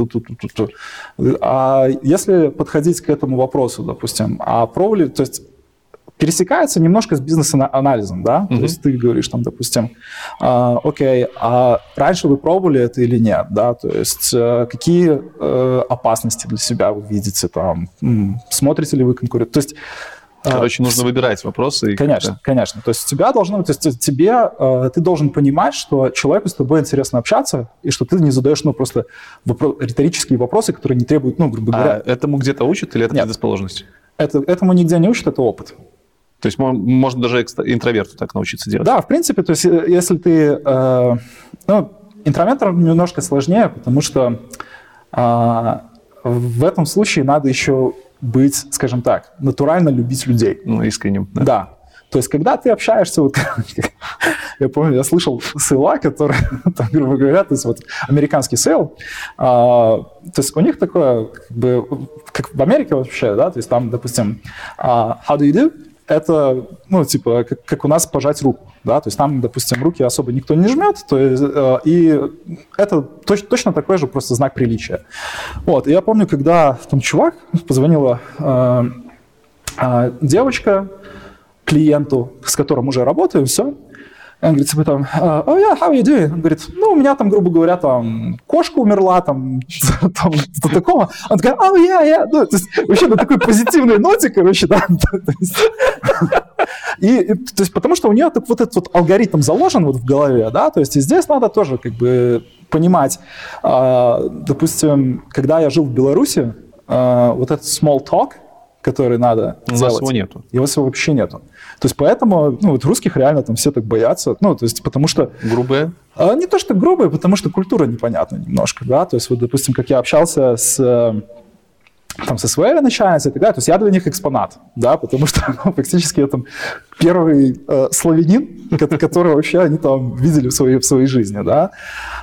А если подходить к этому вопросу, допустим, а пробовали, то есть пересекается немножко с бизнес-анализом, да, то есть ты говоришь там, допустим, окей, а раньше вы пробовали это или нет, да, то есть какие опасности для себя вы видите там, смотрите ли вы конкурентов, то есть короче, нужно выбирать вопросы. Конечно. То есть тебя должно, то есть ты должен понимать, что человеку с тобой интересно общаться, и что ты не задаешь, ну, просто риторические вопросы, которые не требуют, ну, грубо говоря... этому где-то учат или это предрасположенность? Этому нигде не учат, это опыт. То есть можно даже интроверту так научиться делать? Да, в принципе, то есть если ты... интровертам немножко сложнее, потому что в этом случае надо еще быть, скажем так, натурально любить людей. Ну, искренним. Да. То есть, когда ты общаешься, вот, я помню, я слышал сейла, который, там, грубо говоря, то есть вот американский сейл, то есть у них такое, как бы, как в Америке вообще, да, то есть там, допустим, how do you do? Это, ну, типа, как у нас пожать руку, да, то есть там, допустим, руки особо никто не жмет, то есть, и это точно такой же просто знак приличия. Вот, и я помню, когда там чувак позвонила девочка клиенту, с которым уже работаю, все, он говорит, типа там, oh yeah, how are you doing? Он говорит, ну, у меня там, грубо говоря, там, кошка умерла, там, что-то такого. Он такой, oh yeah. Ну, то есть, вообще на такой позитивной ноте, короче, да. И, то есть, потому что у нее вот этот вот алгоритм заложен вот в голове, да, то есть, и здесь надо тоже, как бы, понимать, допустим, когда я жил в Беларуси, вот этот small talk, который надо делать. У нас его нету. Его вообще нету. То есть поэтому, ну, вот русских реально там все так боятся, ну, то есть потому что... Грубые? Не то, что грубые, потому что культура непонятна немножко, да, то есть вот, допустим, как я общался со своей начальницей и так далее, то есть я для них экспонат, да, потому что фактически я там первый славянин, который вообще они там видели в своей жизни, да,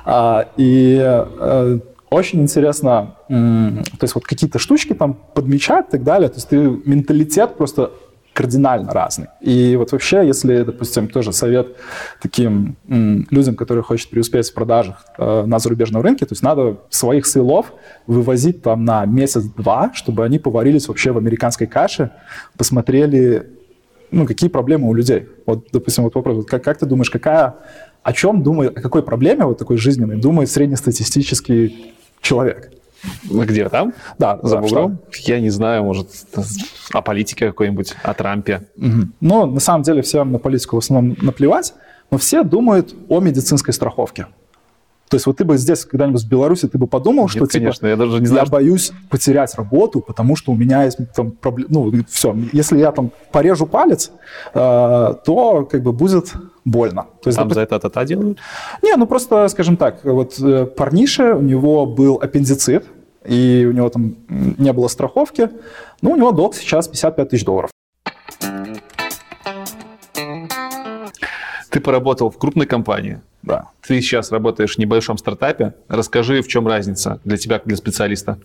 очень интересно, то есть вот какие-то штучки там подмечать и так далее, то есть менталитет просто кардинально разный. И вот вообще, если, допустим, тоже совет таким людям, которые хотят преуспеть в продажах на зарубежном рынке, то есть надо своих сейлов вывозить там на месяц-два, чтобы они поварились вообще в американской каше, посмотрели, ну, какие проблемы у людей. Вот, допустим, вот вопрос, как ты думаешь, о чем думает, о какой проблеме вот такой жизненной думает среднестатистический человек? Где там? Да, за бугром. Я не знаю, может, о политике какой-нибудь, о Трампе. Ну, на самом деле, всем на политику в основном наплевать, но все думают о медицинской страховке. То есть вот ты бы здесь когда-нибудь в Беларуси, ты бы подумал, нет, что конечно, типа, я даже не знаю, я боюсь потерять работу, потому что у меня есть там проблемы, ну, все, если я там порежу палец, то как бы будет больно. То есть, там за это TA делают? Не, ну просто, скажем так, вот парниша, у него был аппендицит, и у него там не было страховки, ну, у него долг сейчас $55 000. Ты поработал в крупной компании. Да. Ты сейчас работаешь в небольшом стартапе. Расскажи, в чем разница для тебя, как для специалиста?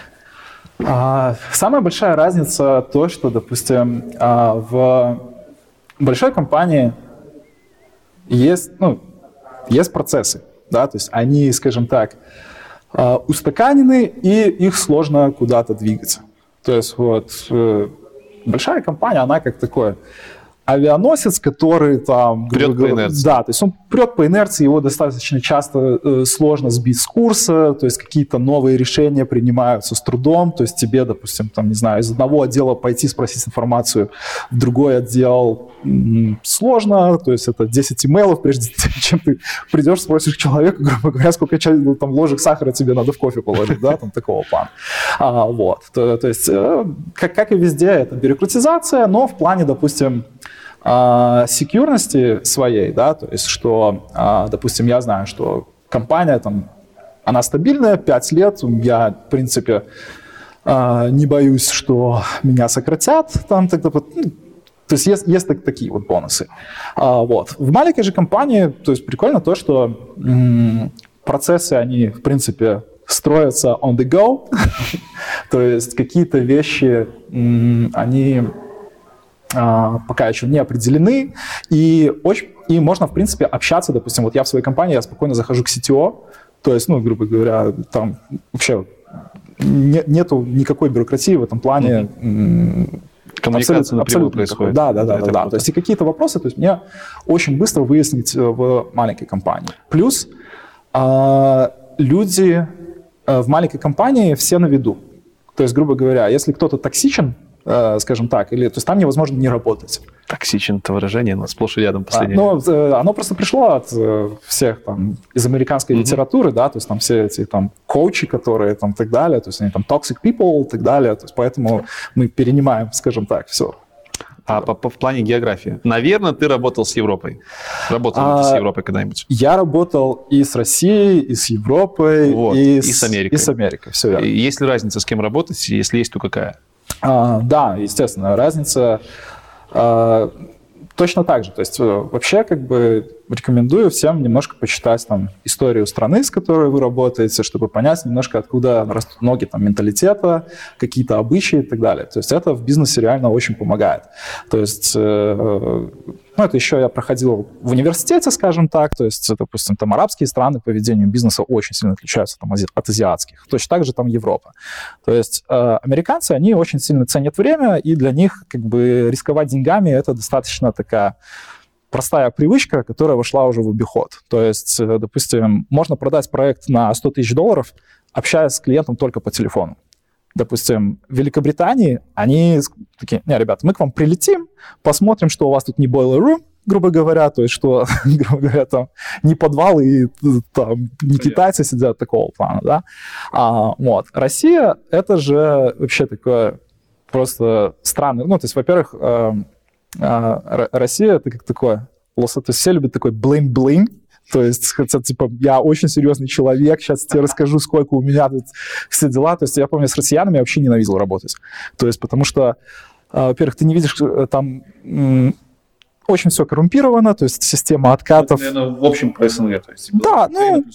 Самая большая разница то, что, допустим, в большой компании есть процессы, да, то есть они, скажем так, устаканены, и их сложно куда-то двигать. То есть вот большая компания, она как такое авианосец, который там... Прет по инерции. Да, то есть он прет по инерции, его достаточно часто сложно сбить с курса, то есть какие-то новые решения принимаются с трудом, то есть тебе, допустим, там, не знаю, из одного отдела пойти спросить информацию в другой отдел сложно, то есть это 10 имейлов, прежде чем ты придешь, спросишь человека, грубо говоря, сколько там ложек сахара тебе надо в кофе положить, да, там такого плана. Вот, то есть, как и везде, это бюрократизация, но в плане, допустим, секьюрности своей, да, то есть, что, допустим, я знаю, что компания там, она стабильная, 5 лет, я, в принципе, не боюсь, что меня сократят, там, тогда, то есть есть такие вот бонусы. Вот. В маленькой же компании, то есть прикольно то, что процессы, они, в принципе, строятся on the go, то есть какие-то вещи, они пока еще не определены, и можно, в принципе, общаться, допустим, вот я в своей компании, я спокойно захожу к CTO, то есть, ну, грубо говоря, там вообще нету никакой бюрократии в этом плане. Коммуникация напрямую происходит. Да. То есть и какие-то вопросы, то есть мне очень быстро выяснить в маленькой компании. Плюс люди в маленькой компании все на виду. То есть, грубо говоря, если кто-то токсичен, скажем так, или, то есть там невозможно не работать. Токсичен — это выражение, но сплошь и рядом последнее. Оно просто пришло от всех там из американской литературы, да, то есть там все эти там коучи, которые там так далее, то есть они там toxic people и так далее, то есть поэтому мы перенимаем, скажем так, все. А в плане географии? Наверное, ты работал с Европой. Работал ли ты с Европой когда-нибудь? Я работал и с Россией, и с Европой, вот, и с Америкой. И с Америкой, все верно. Есть ли разница, с кем работать? Если есть, то какая? Да, естественно, разница точно так же. То есть вообще как бы рекомендую всем немножко почитать там историю страны, с которой вы работаете, чтобы понять немножко, откуда растут ноги там менталитета, какие-то обычаи и так далее. То есть это в бизнесе реально очень помогает. То есть это еще я проходил в университете, скажем так, то есть, допустим, там арабские страны по ведению бизнеса очень сильно отличаются там, от азиатских. Точно так же там Европа. То есть американцы, они очень сильно ценят время, и для них как бы рисковать деньгами — это достаточно такая простая привычка, которая вошла уже в обиход. То есть, допустим, можно продать проект на $100 тысяч, общаясь с клиентом только по телефону. Допустим, в Великобритании они такие: не, ребята, мы к вам прилетим, посмотрим, что у вас тут не boiler room, грубо говоря, то есть что, грубо говоря, там не подвал и там не китайцы сидят, такого плана, да. Вот. Россия — это же вообще такое просто странное, ну, то есть, во-первых, Россия — это как такое, то есть все любят такой блин-блин. То есть, хотя, типа, я очень серьезный человек, сейчас тебе расскажу, сколько у меня тут все дела. То есть, я помню, с россиянами я вообще ненавидел работать. То есть, потому что, во-первых, ты не видишь, там очень все коррумпировано, то есть система откатов. Это, наверное, в общем по СНГ. То есть, да,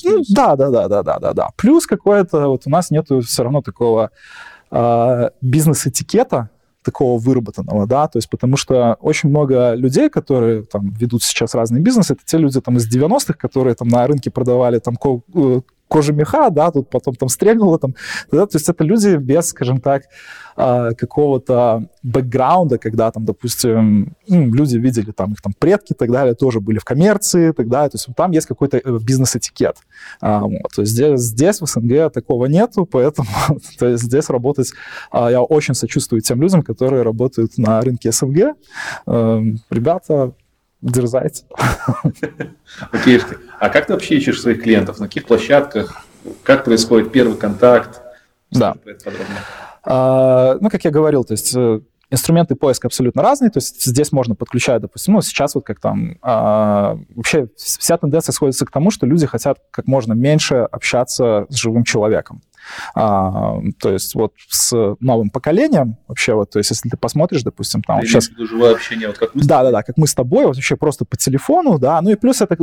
да. Плюс какое-то, вот у нас нету все равно такого бизнес-этикета, такого выработанного, да, то есть потому что очень много людей, которые там ведут сейчас разные бизнесы, это те люди там из 90-х, которые там на рынке продавали там кожемеха, да, тут потом там стрельнуло там, да, то есть это люди без, скажем так, какого-то бэкграунда, когда там, допустим, люди видели там их там предки и так далее, тоже были в коммерции и так далее, то есть там есть какой-то бизнес-этикет. Вот. То есть здесь в СНГ такого нету, поэтому то есть здесь работать, я очень сочувствую тем людям, которые работают на рынке СНГ. Ребята, дерзайте. Окей, а как ты вообще ищешь своих клиентов? На каких площадках? Как происходит первый контакт? Да. Ну, как я говорил, то есть инструменты поиска абсолютно разные, то есть здесь можно подключать, допустим, ну, сейчас вот как там, вообще вся тенденция сходится к тому, что люди хотят как можно меньше общаться с живым человеком. То есть вот с новым поколением вообще, вот, то есть если ты посмотришь, допустим, там... Ты имеешь в виду живое общение, вот как мы с тобой? Да, как мы с тобой, вот вообще просто по телефону, да, ну и плюс это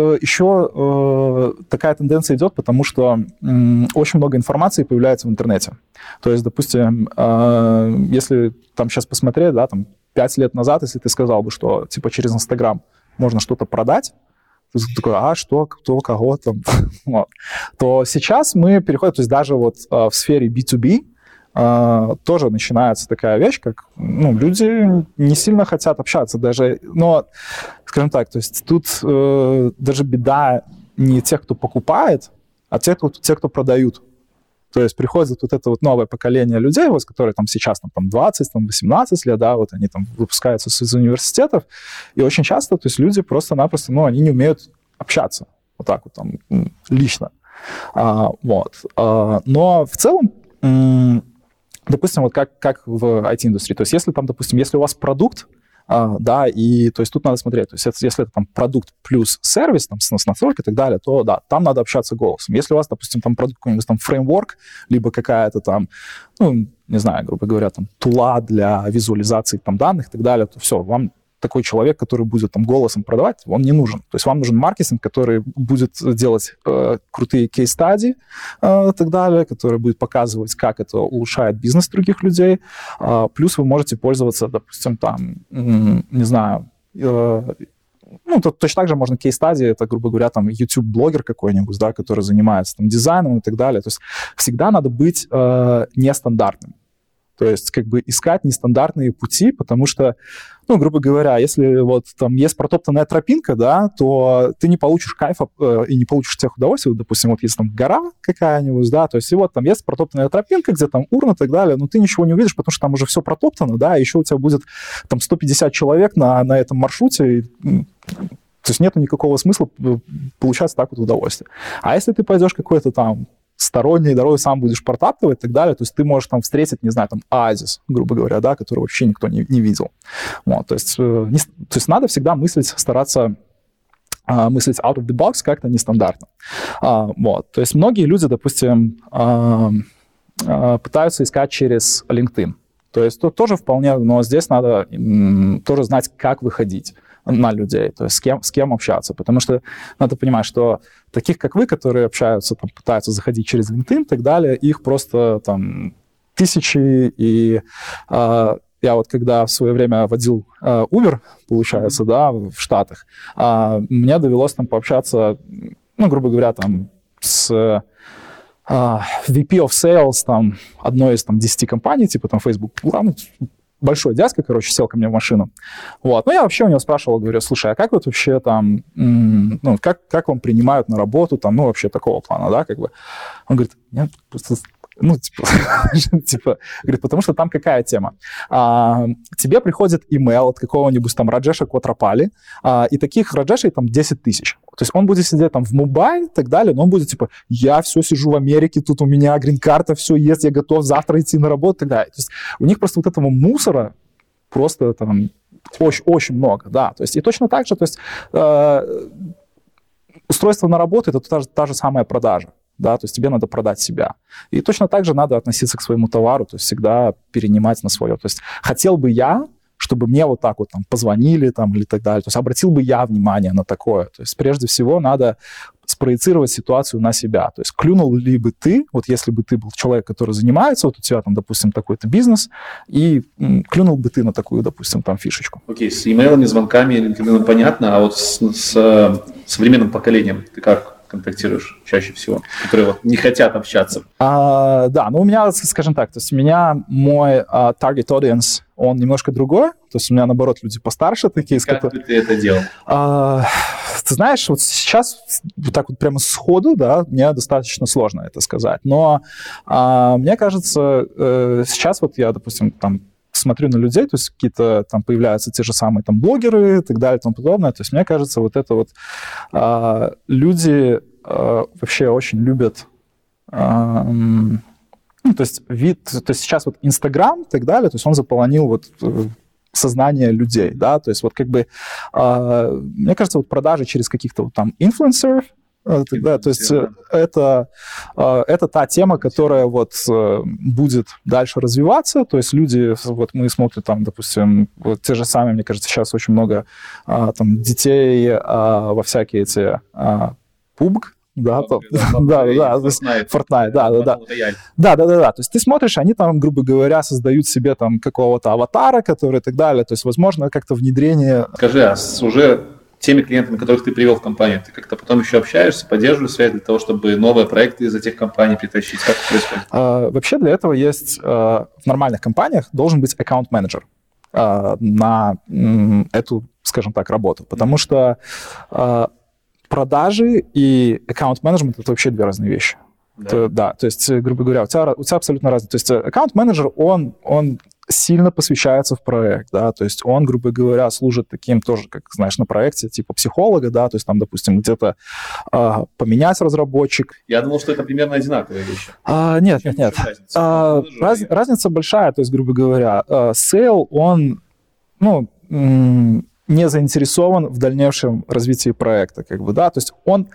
еще такая тенденция идет, потому что очень много информации появляется в интернете. То есть, допустим, если там сейчас посмотреть, да, там 5 лет назад, если ты сказал бы, что типа через Инстаграм можно что-то продать, ты такой, что, кто, кого там, вот. То сейчас мы переходим, то есть даже вот в сфере B2B тоже начинается такая вещь, как, ну, люди не сильно хотят общаться даже, но, скажем так, то есть тут даже беда не тех, кто покупает, а тех, кто продают. То есть приходит вот это вот новое поколение людей, вот, которые там сейчас там 20, там 18 лет, да, вот они там выпускаются из университетов, и очень часто, то есть люди просто-напросто, ну, они не умеют общаться вот так вот там лично. Вот. Но в целом, допустим, вот как в IT-индустрии, то есть если там, допустим, если у вас продукт, да, и то есть тут надо смотреть, то есть если это там продукт плюс сервис, там, с настройкой и так далее, то да, там надо общаться голосом. Если у вас, допустим, там продукт какой-нибудь там фреймворк, либо какая-то там, ну, не знаю, грубо говоря, там тула для визуализации там данных и так далее, то все, вам такой человек, который будет там голосом продавать, он не нужен. То есть вам нужен маркетинг, который будет делать крутые кейс-стадии и так далее, который будет показывать, как это улучшает бизнес других людей. Плюс вы можете пользоваться, допустим, там, не знаю, ну, точно так же можно кейс-стадии, это, грубо говоря, там, YouTube-блогер какой-нибудь, да, который занимается там дизайном и так далее. То есть всегда надо быть нестандартным. То есть как бы искать нестандартные пути, потому что, ну, грубо говоря, если вот там есть протоптанная тропинка, да, то ты не получишь кайфа и не получишь тех удовольствий. Вот, допустим, вот есть там гора какая-нибудь, да, то есть и вот там есть протоптанная тропинка, где там урна и так далее, но ты ничего не увидишь, потому что там уже все протоптано, да, еще у тебя будет там 150 человек на этом маршруте, то есть нету никакого смысла получать так вот удовольствие. А если ты пойдешь какой-то там сторонней дорогой сам будешь протаптывать и так далее, то есть ты можешь там встретить, не знаю, там оазис, грубо говоря, да, который вообще никто не видел. Вот, то есть надо всегда стараться мыслить out of the box как-то нестандартно. Вот, то есть многие люди, допустим, пытаются искать через LinkedIn. То есть тут тоже вполне, но здесь надо тоже знать, как выходить на людей, то есть с кем общаться, потому что надо понимать, что таких, как вы, которые общаются, там, пытаются заходить через LinkedIn и так далее, их просто там тысячи, и я вот когда в свое время водил Uber, получается, да, в Штатах, мне довелось там пообщаться, ну, грубо говоря, там с VP of Sales там, одной из там 10 компаний, типа там Facebook, большой дядька, короче, сел ко мне в машину. Вот. Ну, я вообще у него спрашивал, говорю, слушай, а как вот вообще там, ну, как вам принимают на работу, там, ну, вообще такого плана, да, как бы. Он говорит, нет, просто, ну, типа, говорит, потому что там какая тема? Тебе приходит имейл от какого-нибудь там Раджеша Котрапали, и таких Раджешей там 10 тысяч. То есть он будет сидеть там в Мумбаи и так далее, но он будет типа, я все сижу в Америке, тут у меня грин-карта, все есть, я готов завтра идти на работу и так далее. То есть у них просто вот этого мусора просто там очень много, да. То есть и точно так же, то есть устройство на работу — это та же самая продажа. Да, то есть тебе надо продать себя. И точно так же надо относиться к своему товару, то есть всегда перенимать на свое. То есть хотел бы я, чтобы мне вот так вот там позвонили там или так далее. То есть обратил бы я внимание на такое. То есть прежде всего надо спроецировать ситуацию на себя. То есть клюнул ли бы ты, вот если бы ты был человек, который занимается, вот у тебя там, допустим, такой-то бизнес, и клюнул бы ты на такую, допустим, там фишечку. Окей, с имейлами, звонками, LinkedIn понятно, а вот с современным поколением ты как контактируешь чаще всего, которые вот не хотят общаться? Да, ну у меня, скажем так, то есть у меня мой target audience, он немножко другой, то есть у меня, наоборот, люди постарше такие. Как бы ты это делал? Ты знаешь, вот сейчас вот так вот прямо сходу, да, мне достаточно сложно это сказать, но мне кажется, сейчас вот я, допустим, там смотрю на людей, то есть какие-то там появляются те же самые там блогеры и так далее и тому подобное. То есть мне кажется, вот это вот люди вообще очень любят, ну, то есть сейчас вот Инстаграм и так далее, то есть он заполонил вот сознание людей, да, то есть вот как бы, мне кажется, вот продажи через каких-то вот там инфлюенсеров, да, то есть это та тема, которая вот будет дальше развиваться, то есть люди, вот мы смотрим там, допустим, вот те же самые, мне кажется, сейчас очень много там детей во всякие эти PUBG, да, Fortnite, да, то есть ты смотришь, они там, грубо говоря, создают себе там какого-то аватара, который и так далее, то есть, возможно, как-то внедрение... Скажи, а уже теми клиентами, которых ты привел в компанию, ты как-то потом еще общаешься, поддерживаешь связь для того, чтобы новые проекты из этих компаний притащить? Как это происходит? Вообще для этого есть в нормальных компаниях должен быть аккаунт-менеджер на эту, скажем так, работу. Потому что продажи и аккаунт-менеджмент — это вообще две разные вещи. Да, то есть, грубо говоря, у тебя абсолютно разные. То есть аккаунт-менеджер, он сильно посвящается в проект, да, то есть он, грубо говоря, служит таким тоже, как, знаешь, на проекте, типа психолога, да, то есть там, допустим, где-то поменять разработчик. Я думал, что это примерно одинаковые вещи. Нет. Разница большая, то есть, грубо говоря, сейл, он, не заинтересован в дальнейшем развитии проекта, как бы, да, то есть он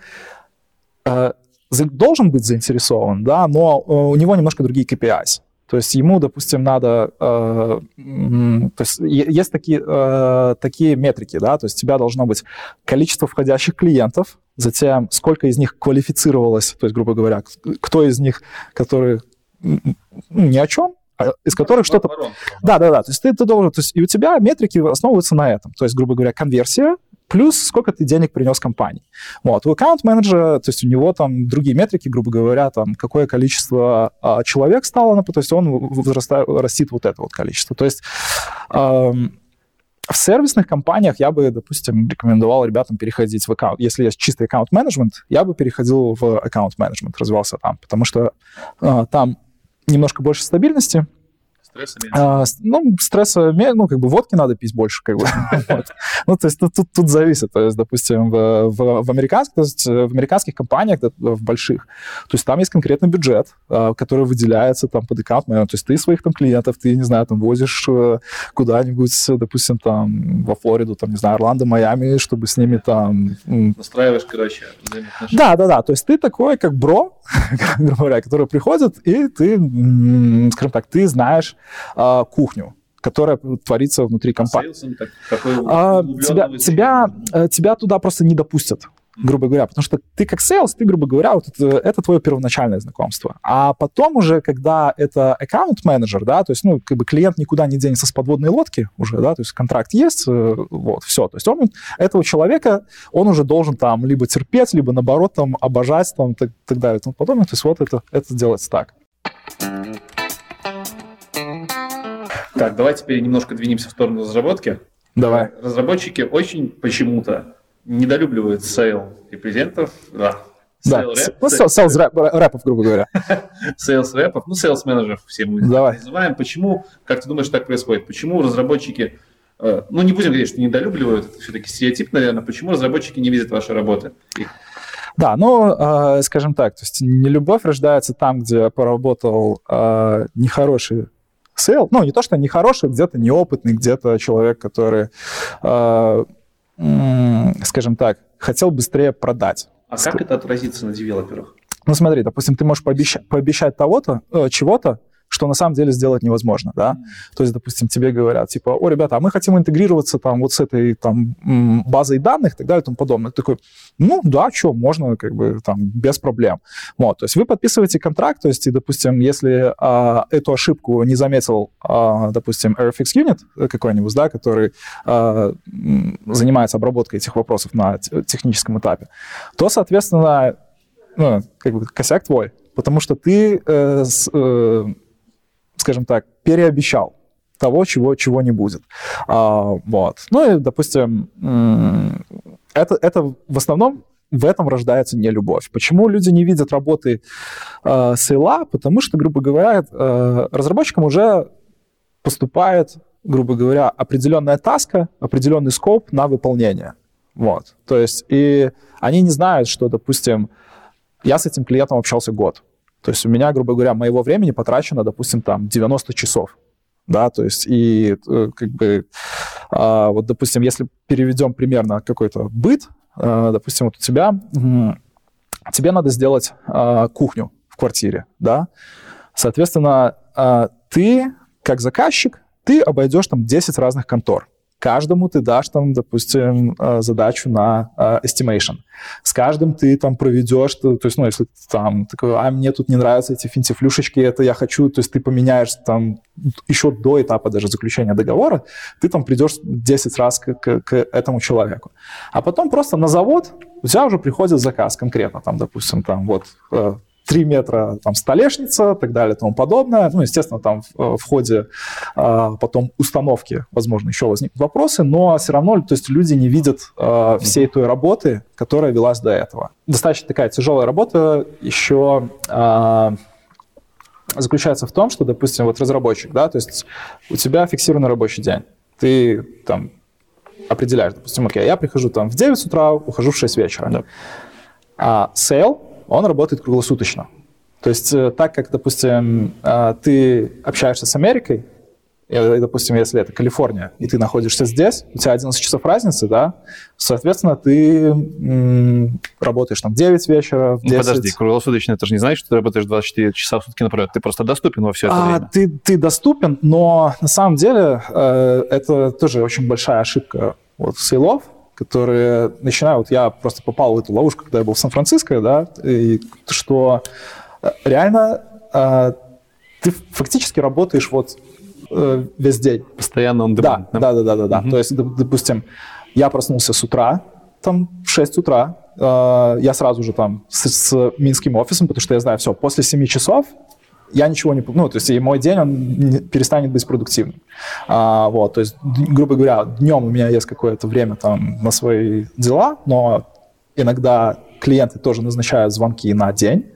должен быть заинтересован, да, но у него немножко другие KPIs. То есть ему, допустим, надо... то есть есть такие метрики, да, то есть у тебя должно быть количество входящих клиентов, затем сколько из них квалифицировалось, то есть, грубо говоря, кто из них, которые ни о чем, из которых что-то... Да, то есть ты должен... То есть и у тебя метрики основываются на этом. То есть, грубо говоря, конверсия плюс сколько ты денег принес компании. Вот. У аккаунт-менеджера, то есть у него там другие метрики, грубо говоря, там какое количество человек стало, то есть он растит вот это вот количество. То есть в сервисных компаниях я бы, допустим, рекомендовал ребятам переходить в аккаунт. Если есть чистый аккаунт-менеджмент, я бы переходил в аккаунт-менеджмент, развивался там, потому что там немножко больше стабильности. Стресса меньше? Стресса, как бы водки надо пить больше, как бы. То есть тут зависит. То есть, допустим, в американских компаниях, в больших, то есть там есть конкретный бюджет, который выделяется там под аккаунт-менеджер. То есть ты своих там клиентов, ты, не знаю, там возишь куда-нибудь, допустим, там во Флориду, там, не знаю, Орландо, Майами, чтобы с ними там... Настраиваешь, короче, Да. То есть ты такой, как бро, грубо говоря, который приходит, и ты, скажем так, ты знаешь кухню, которая творится внутри компании. Тебя туда просто не допустят, грубо говоря, потому что ты как сейлс, ты, грубо говоря, вот это твое первоначальное знакомство. А потом уже, когда это аккаунт-менеджер, да, то есть, как бы клиент никуда не денется с подводной лодки уже, да, то есть контракт есть, вот, все. То есть этого человека, он уже должен там либо терпеть, либо, наоборот, там, обожать, там, так далее, и тому подобное. То есть вот это делается так. Так, давай теперь немножко двинемся в сторону разработки. Давай. Разработчики очень почему-то недолюбливают сейл-репрезентов. Сейлс-рэпов, грубо говоря. Сейлс-рэпов, сейлс-менеджеров все мы называем. Почему, как ты думаешь, так происходит? Почему разработчики, не будем говорить, что недолюбливают, это все-таки стереотип, наверное, почему разработчики не видят ваши работы? Да, скажем так, то есть нелюбовь рождается там, где поработал нехороший сейл, не то, что нехороший, где-то неопытный, где-то человек, который, скажем так, хотел быстрее продать. А как это отразится на девелоперах? Смотри, допустим, ты можешь пообещать чего-то, что на самом деле сделать невозможно, да? То есть, допустим, тебе говорят, типа, ребята, а мы хотим интегрироваться там вот с этой там базой данных и так далее и тому подобное. Ты такой, можно, как бы, там, без проблем. Вот, то есть вы подписываете контракт, то есть, и, допустим, если эту ошибку не заметил, допустим, RFX Unit какой-нибудь, да, который занимается обработкой этих вопросов на техническом этапе, то, соответственно, как бы косяк твой, потому что ты скажем так, переобещал того, чего не будет. Вот. И, допустим, это в основном в этом рождается нелюбовь. Почему люди не видят работы сейла? Потому что, грубо говоря, разработчикам уже поступает, грубо говоря, определенная таска, определенный скоп на выполнение. Вот. То есть, и они не знают, что, допустим, я с этим клиентом общался год. То есть у меня, грубо говоря, моего времени потрачено, допустим, там 90 часов, да, то есть и как бы, вот, допустим, если переведем примерно какой-то быт, допустим, вот у тебя, тебе надо сделать кухню в квартире, да, соответственно, ты, как заказчик, ты обойдешь там 10 разных контор, каждому ты дашь там, допустим, задачу на estimation. С каждым ты там проведешь, то есть, ну, если там такой, мне тут не нравятся эти финтифлюшечки, это я хочу, то есть ты поменяешь там еще до этапа даже заключения договора, ты там придешь 10 раз к этому человеку. А потом просто на завод у тебя уже приходит заказ конкретно, там, допустим, там вот 3 метра там столешница, так далее, и тому подобное. Ну, естественно, там в ходе потом установки, возможно, еще возникнут вопросы, но все равно, то есть люди не видят всей той работы, которая велась до этого. Достаточно такая тяжелая работа еще заключается в том, что, допустим, вот разработчик, да, то есть у тебя фиксированный рабочий день. Ты там определяешь, допустим, окей, я прихожу там в 9 утра, ухожу в 6 вечера. Да. А сейл, он работает круглосуточно. То есть так как, допустим, ты общаешься с Америкой, и, допустим, если это Калифорния, и ты находишься здесь, у тебя 11 часов разницы, да, соответственно, ты работаешь там в 9 вечера, в 10. Подожди, круглосуточно, это же не значит, что ты работаешь 24 часа в сутки напролет, ты просто доступен во все это время. Ты доступен, но на самом деле это тоже очень большая ошибка вот сейлов, которые начинают... Я просто попал в эту ловушку, когда я был в Сан-Франциско, да, и что реально ты фактически работаешь вот весь день. Постоянно on demand. Да. То есть, допустим, я проснулся с утра, там, в 6 утра, я сразу же там с минским офисом, потому что я знаю, все, после 7 часов я ничего не... Ну, то есть и мой день, он перестанет быть продуктивным. Вот, то есть, грубо говоря, днем у меня есть какое-то время там на свои дела, но иногда клиенты тоже назначают звонки на день,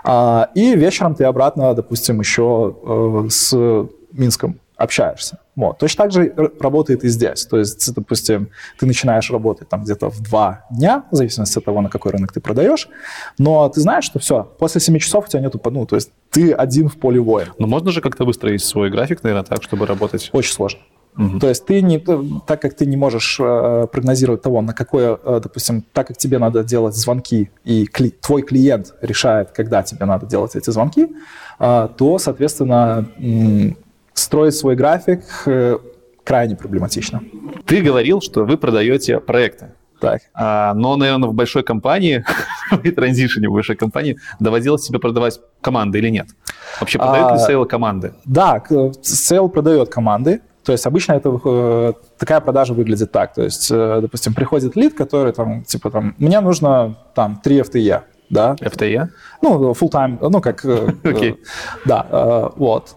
и вечером ты обратно, допустим, еще с Минском общаешься. Вот. Точно так же работает и здесь. То есть, допустим, ты начинаешь работать там где-то в 2 дня, в зависимости от того, на какой рынок ты продаешь, но ты знаешь, что все, после 7 часов у тебя нету, ну, то есть ты один в поле воина. Но можно же как-то выстроить свой график, наверное, так, чтобы работать? Очень сложно. То есть ты не, так как ты не можешь прогнозировать того, на какое, допустим, так как тебе надо делать звонки, и твой клиент решает, когда тебе надо делать эти звонки, то, соответственно, строить свой график крайне проблематично. Ты говорил, что вы продаете проекты. Так. Но, наверное, в большой компании, в транзишене в большой компании, доводилось себе продавать команды или нет? Вообще продают ли сейл команды? Да, сейл продает команды. То есть обычно это, такая продажа выглядит так. То есть, допустим, приходит лид, который там, типа, там, мне нужно там 3 FTE. Да? FTE? Ну, full-time, ну, как... Okay. Да, вот.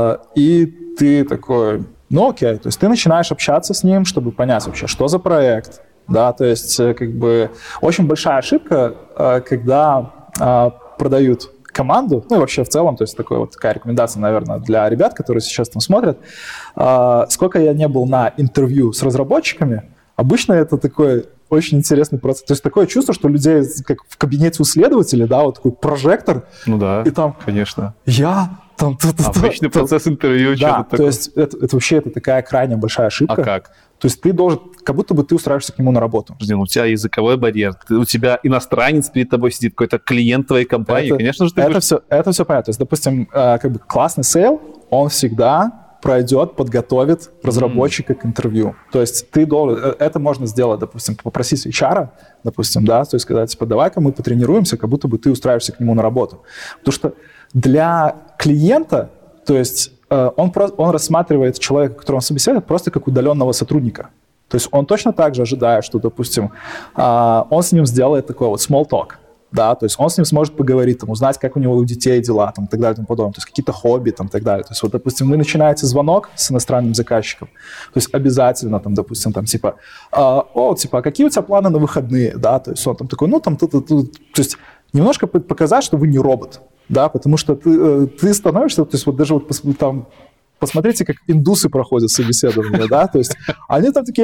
И ты такой, ну, окей. То есть ты начинаешь общаться с ним, чтобы понять вообще, что за проект. Да, то есть, как бы, очень большая ошибка, когда продают команду, ну и вообще в целом, то есть такая рекомендация, наверное, для ребят, которые сейчас там смотрят. Сколько я не был на интервью с разработчиками, обычно это такой очень интересный процесс. То есть такое чувство, что людей, как в кабинете у следователя, да, вот такой прожектор. Ну да, и там, конечно. Я там... Обычный процесс интервью. Да, то есть это вообще это такая крайне большая ошибка. А как? То есть ты должен, как будто бы ты устраиваешься к нему на работу. Подожди, у тебя языковой барьер, у тебя иностранец перед тобой сидит, какой-то клиент твоей компании, конечно же ты... Это все понятно. То есть, допустим, как бы классный сейл, он всегда пройдет, подготовит разработчика к интервью. То есть ты должен... Это можно сделать, допустим, попросить HR, допустим, да, то есть сказать, типа, давай-ка мы потренируемся, как будто бы ты устраиваешься к нему на работу. Потому что для клиента, то есть он рассматривает человека, которого он собеседует, просто как удаленного сотрудника. То есть он точно так же ожидает, что, допустим, он с ним сделает такой вот small talk. Да, то есть он с ним сможет поговорить, там, узнать, как у него у детей дела, там, и так далее, и тому подобное, то есть какие-то хобби, там, и так далее. То есть вот, допустим, вы начинаете звонок с иностранным заказчиком, то есть обязательно, там, допустим, там, типа, а какие у тебя планы на выходные, да, то есть он там такой, ну, там, то есть немножко показать, что вы не робот, да, потому что ты становишься, то есть вот даже вот там, посмотрите, как индусы проходят собеседование, да, то есть они там такие,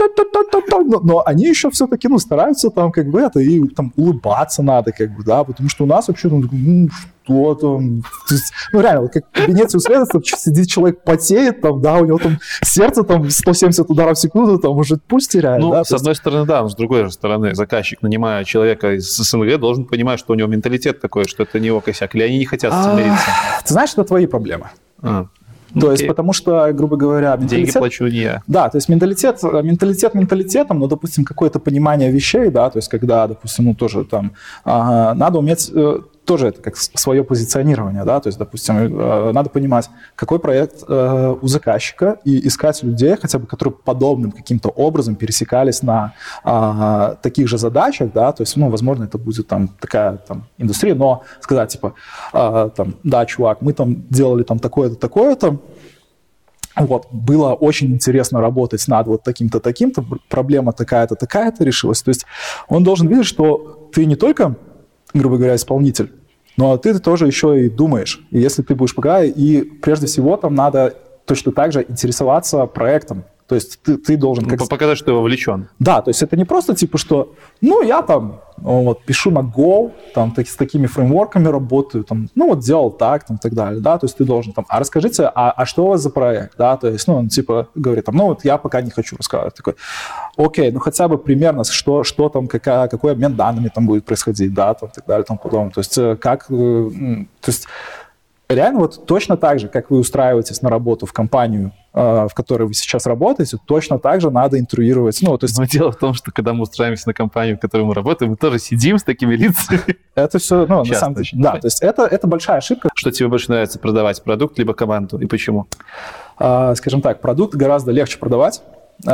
но они еще все-таки, ну, стараются там как бы это, и там улыбаться надо, как бы, да, потому что у нас вообще, что там, то есть, ну, реально, вот как в кабинете у следователя сидит человек, потеет, там, да, у него там сердце там 170 ударов в секунду, там уже пульс теряет, ну, да. с одной стороны, да, но с другой же стороны, заказчик, нанимая человека из СНГ, должен понимать, что у него менталитет такой, что это не его косяк, или они не хотят с этим мириться. Ты знаешь, это твои проблемы. То есть, потому что, грубо говоря, деньги плачу не я. Да, то есть менталитет менталитетом, но, допустим, какое-то понимание вещей, да, то есть когда, допустим, ну, тоже там надо уметь тоже это как свое позиционирование, да, то есть, допустим, надо понимать, какой проект у заказчика, и искать людей, хотя бы, которые подобным каким-то образом пересекались на таких же задачах, да, то есть, ну, возможно, это будет там такая там индустрия, но сказать, типа, там, да, чувак, мы там делали там такое-то, такое-то, вот, было очень интересно работать над вот таким-то, таким-то, проблема такая-то, такая-то решилась, то есть он должен видеть, что ты не только, грубо говоря, исполнитель, но ты тоже еще и думаешь. И если ты будешь пока, и прежде всего там надо точно так же интересоваться проектом. То есть ты должен... Показать, что ты вовлечен. Да, то есть это не просто типа, что, ну, я там вот, пишу на Go, там, с такими фреймворками работаю, там, ну, вот делал так, там, и так далее, да, то есть ты должен там, а расскажите, а что у вас за проект, да, то есть, ну, он типа говорит, там, ну, вот я пока не хочу рассказывать, такой, окей, ну, хотя бы примерно, что там, какой обмен данными там будет происходить, да, там, и так далее, там, потом, то есть как, то есть реально вот точно так же, как вы устраиваетесь на работу в компанию, в которой вы сейчас работаете, точно так же надо интруировать. Ну, то есть... Но дело в том, что когда мы устраиваемся на компанию, в которой мы работаем, мы тоже сидим с такими лицами. Это все, ну, на самом деле, да, то есть это большая ошибка. Что тебе больше нравится, продавать продукт либо команду, и почему? Скажем так, продукт гораздо легче продавать,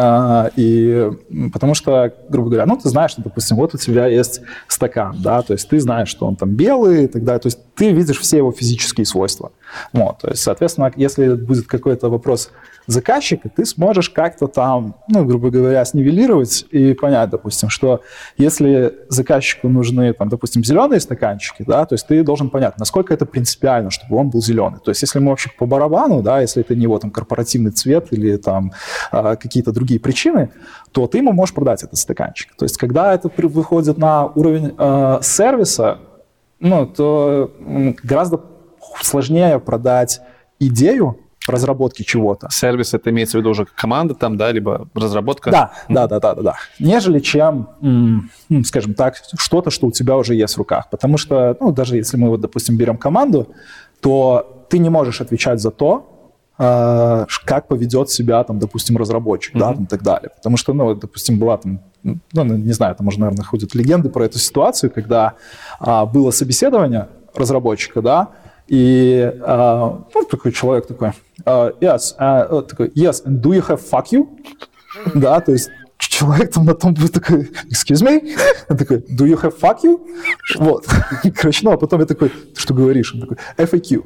и потому что, грубо говоря, ну, ты знаешь, что, допустим, вот у тебя есть стакан, да, то есть ты знаешь, что он там белый и так далее, то есть ты видишь все его физические свойства. Вот, то есть, соответственно, если будет какой-то вопрос заказчика, ты сможешь как-то там, ну, грубо говоря, снивелировать и понять, допустим, что если заказчику нужны, там, допустим, зеленые стаканчики, да, то есть ты должен понять, насколько это принципиально, чтобы он был зеленый. То есть если ему вообще по барабану, да, если это не его там корпоративный цвет или там какие-то другие причины, то ты ему можешь продать этот стаканчик. То есть когда это выходит на уровень сервиса, ну, то гораздо сложнее продать идею разработки чего-то. Сервис — это имеется в виду уже команда там, да, либо разработка? Да. Нежели чем, скажем так, что-то, что у тебя уже есть в руках. Потому что, ну, даже если мы, вот, допустим, берем команду, то ты не можешь отвечать за то, как поведет себя, там, допустим, разработчик, да, там, и так далее. Потому что, ну, допустим, была там, ну, не знаю, там уже, наверное, ходят легенды про эту ситуацию, когда было собеседование разработчика, да, и ну, такой человек такой, yes, and do you have fuck you? Да, то есть человек там на том будет такой, excuse me? Он такой, do you have fuck you? Вот. Короче, ну, а потом я такой, ты что говоришь? Он такой, FAQ.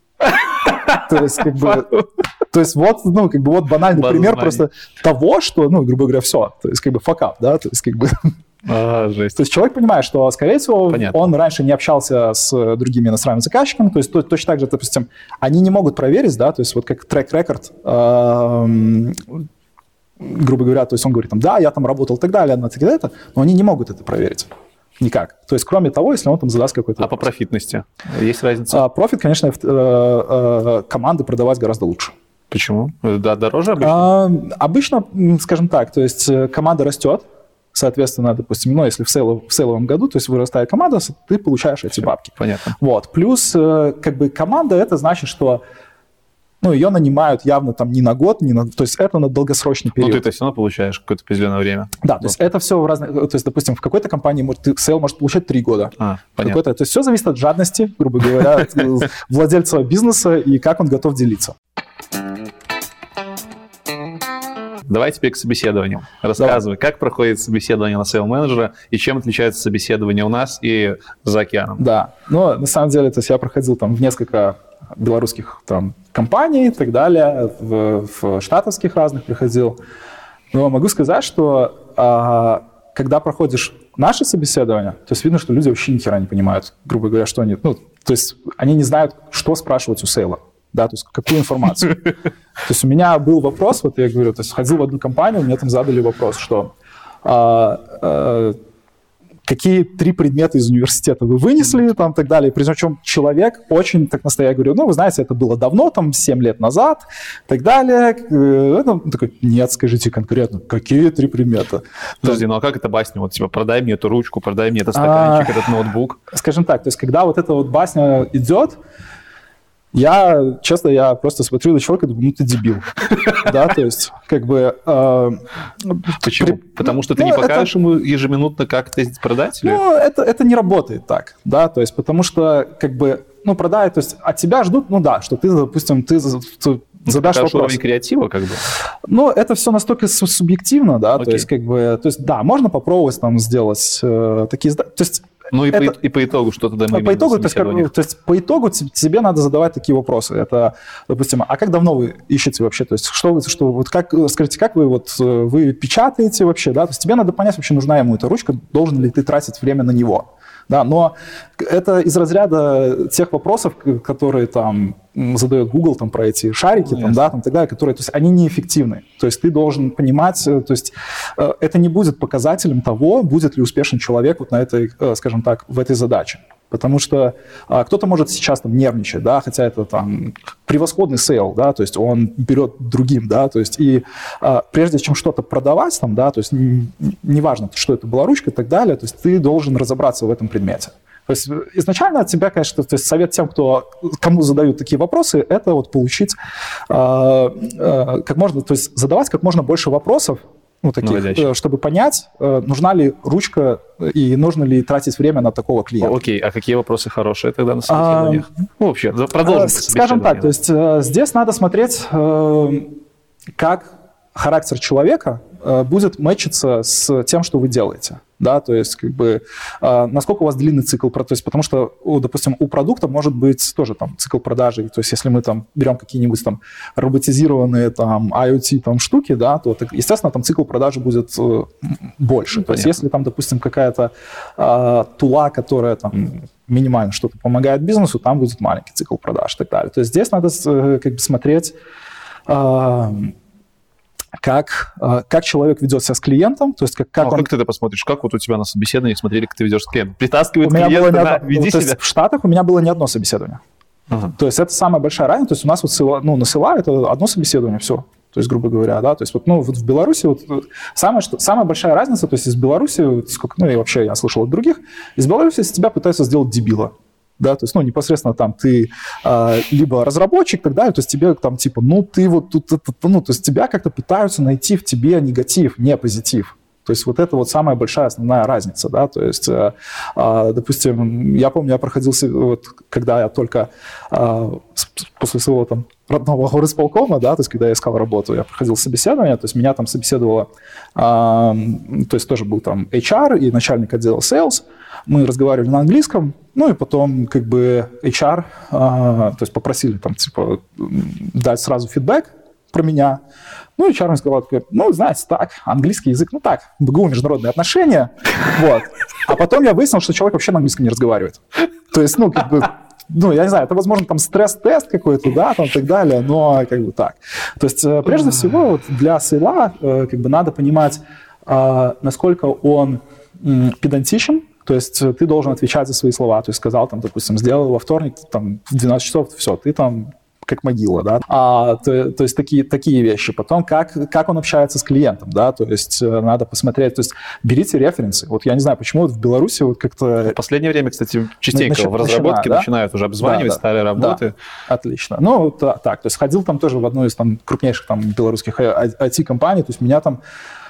То есть, как бы, то есть вот, ну, как бы вот банальный пример просто того, что, ну, грубо говоря, все. То есть, как бы, fuck up, да, то есть, как бы... Жесть. То есть человек понимает, что, скорее всего, понятно, он раньше не общался с другими иностранными заказчиками, то есть точно так же, допустим, они не могут проверить, да, то есть вот как трек-рекорд, грубо говоря, то есть он говорит, там, да, я там работал и так далее, но они не могут это проверить. Никак. То есть, кроме того, если он там задаст какой-то... А по профитности есть разница? Профит, конечно, команды продавать гораздо лучше. Почему? Да, дороже обычно? Обычно, скажем так, то есть команда растет, соответственно, допустим, ну, если в сейловом году, то есть вырастает команда, ты получаешь эти бабки. Понятно. Вот. Плюс, как бы, команда, это значит, что, ну, ее нанимают явно там не на год, то есть это на долгосрочный период. Ну, ты все равно получаешь какое-то определенное время. Да, то есть это все в разных... То есть, допустим, в какой-то компании сейл может получать 3 года. Понятно. То есть все зависит от жадности, грубо говоря, от владельца бизнеса и как он готов делиться. Давай теперь к собеседованию. Рассказывай, как проходит собеседование на сейл-менеджера и чем отличается собеседование у нас и за океаном. Да, ну, на самом деле, то есть я проходил там в несколько белорусских там компаний и так далее, в штатовских разных приходил. Но могу сказать, что когда проходишь наше собеседование, то есть видно, что люди вообще ни хера не понимают, грубо говоря, что они... Ну, то есть они не знают, что спрашивать у сейла. Да, то есть какую информацию. То есть у меня был вопрос, вот я говорю, то есть ходил в одну компанию, мне там задали вопрос, что какие 3 предмета из университета вы вынесли, там, и так далее. Причем человек очень так настоящий, говорю, ну, вы знаете, это было давно, там, 7 лет назад, и так далее. Он такой, нет, скажите конкретно, какие 3 предмета? Подожди, ну а как это басня? Вот, типа, продай мне эту ручку, продай мне этот стаканчик, этот ноутбук. Скажем так, то есть когда вот эта вот басня идет, Честно, я просто смотрю на человека и думаю, ну ты дебил. Да, то есть, как бы... Почему? Потому что ты не покажешь ему ежеминутно, как это продать? Ну, это не работает так, да, то есть, потому что, как бы, ну, продать, то есть, от тебя ждут, ну, да, что ты, допустим, задашь вопрос. Уровень креатива, как бы? Ну, это все настолько субъективно, да, то есть, как бы, то есть, да, можно попробовать там сделать такие... То есть, ну и по итогу что тогда мы по итогу, то есть по итогу тебе надо задавать такие вопросы. Это, допустим, а как давно вы ищете вообще? То есть скажите, как вы печатаете вообще, да? То есть тебе надо понять, вообще нужна ему эта ручка, должен ли ты тратить время на него. Да, но это из разряда тех вопросов, которые там задает Google там, про эти шарики, там, да, там, так далее, которые, то есть, они неэффективны. То есть ты должен понимать, то есть это не будет показателем того, будет ли успешен человек вот на этой, скажем так, в этой задаче. Потому что кто-то может сейчас там нервничать, да, хотя это там превосходный сейл, да, то есть он берет другим, да, то есть и прежде чем что-то продавать там, да, то есть неважно, что это была ручка и так далее, то есть ты должен разобраться в этом предмете. То есть изначально от тебя, конечно, то есть совет тем, кому задают такие вопросы, это вот получить как можно, то есть задавать как можно больше вопросов, ну, таких, чтобы понять, нужна ли ручка и нужно ли тратить время на такого клиента. Окей, а какие вопросы хорошие тогда на собеседованиях? Ну, вообще, продолжим. Скажем так, то есть здесь надо смотреть, как характер человека будет мэчиться с тем, что вы делаете. Да, то есть, как бы, насколько у вас длинный цикл, то есть, потому что, допустим, у продукта может быть тоже там цикл продажи, то есть, если мы там берем какие-нибудь там роботизированные там IoT там штуки, да, то, естественно, там цикл продажи будет больше. То есть, если там, допустим, какая-то тула, которая там минимально что-то помогает бизнесу, там будет маленький цикл продаж и так далее. То есть, здесь надо как бы смотреть... Как человек ведет себя с клиентом, то есть как ты это посмотришь? Как вот у тебя на собеседовании смотрели, как ты ведешь с клиентом? Притаскивают клиента, веди себя. В Штатах у меня было не одно собеседование. То есть это самая большая разница. То есть у нас вот на села это одно собеседование, все. То есть, грубо говоря, да, то есть вот, ну, вот в Беларуси вот самая большая разница, то есть из Беларуси, сколько, ну, и вообще я слышал от других, из Беларуси из тебя пытаются сделать дебила. Да, то есть, ну, непосредственно там ты либо разработчик и так далее, то есть тебе там типа, ну, ты вот тут, ну, то есть тебя как-то пытаются найти в тебе негатив, не позитив. То есть вот это вот самая большая основная разница, да, то есть, допустим, я помню, я проходил, вот, когда я только после своего там родного горисполкома, да, то есть когда я искал работу, я проходил собеседование, то есть меня там собеседовало, то есть тоже был там HR и начальник отдела sales, мы разговаривали на английском, ну и потом как бы HR, то есть попросили там типа дать сразу фидбэк про меня. Ну, и HR мне сказал, ну, знаете, так, английский язык, ну так, БГУ, международные отношения, вот. А потом я выяснил, что человек вообще на английском не разговаривает. То есть, ну, как бы, ну, я не знаю, это, возможно, там стресс-тест какой-то, да, там, и так далее, но как бы так. То есть, прежде всего, вот для сейла как бы надо понимать, насколько он педантичен, то есть ты должен отвечать за свои слова. То есть сказал, там, допустим, сделал во вторник, там, в 12 часов, все, ты там как могила, да. То есть такие вещи. Потом, как он общается с клиентом, да, то есть надо посмотреть, то есть берите референсы. Вот я не знаю, почему вот в Беларуси вот как-то... В последнее время, кстати, частенько в разработке начинают уже обзванивать старые работы. Да. Отлично. Ну, так, то есть ходил там тоже в одну из там крупнейших там белорусских IT-компаний, то есть меня там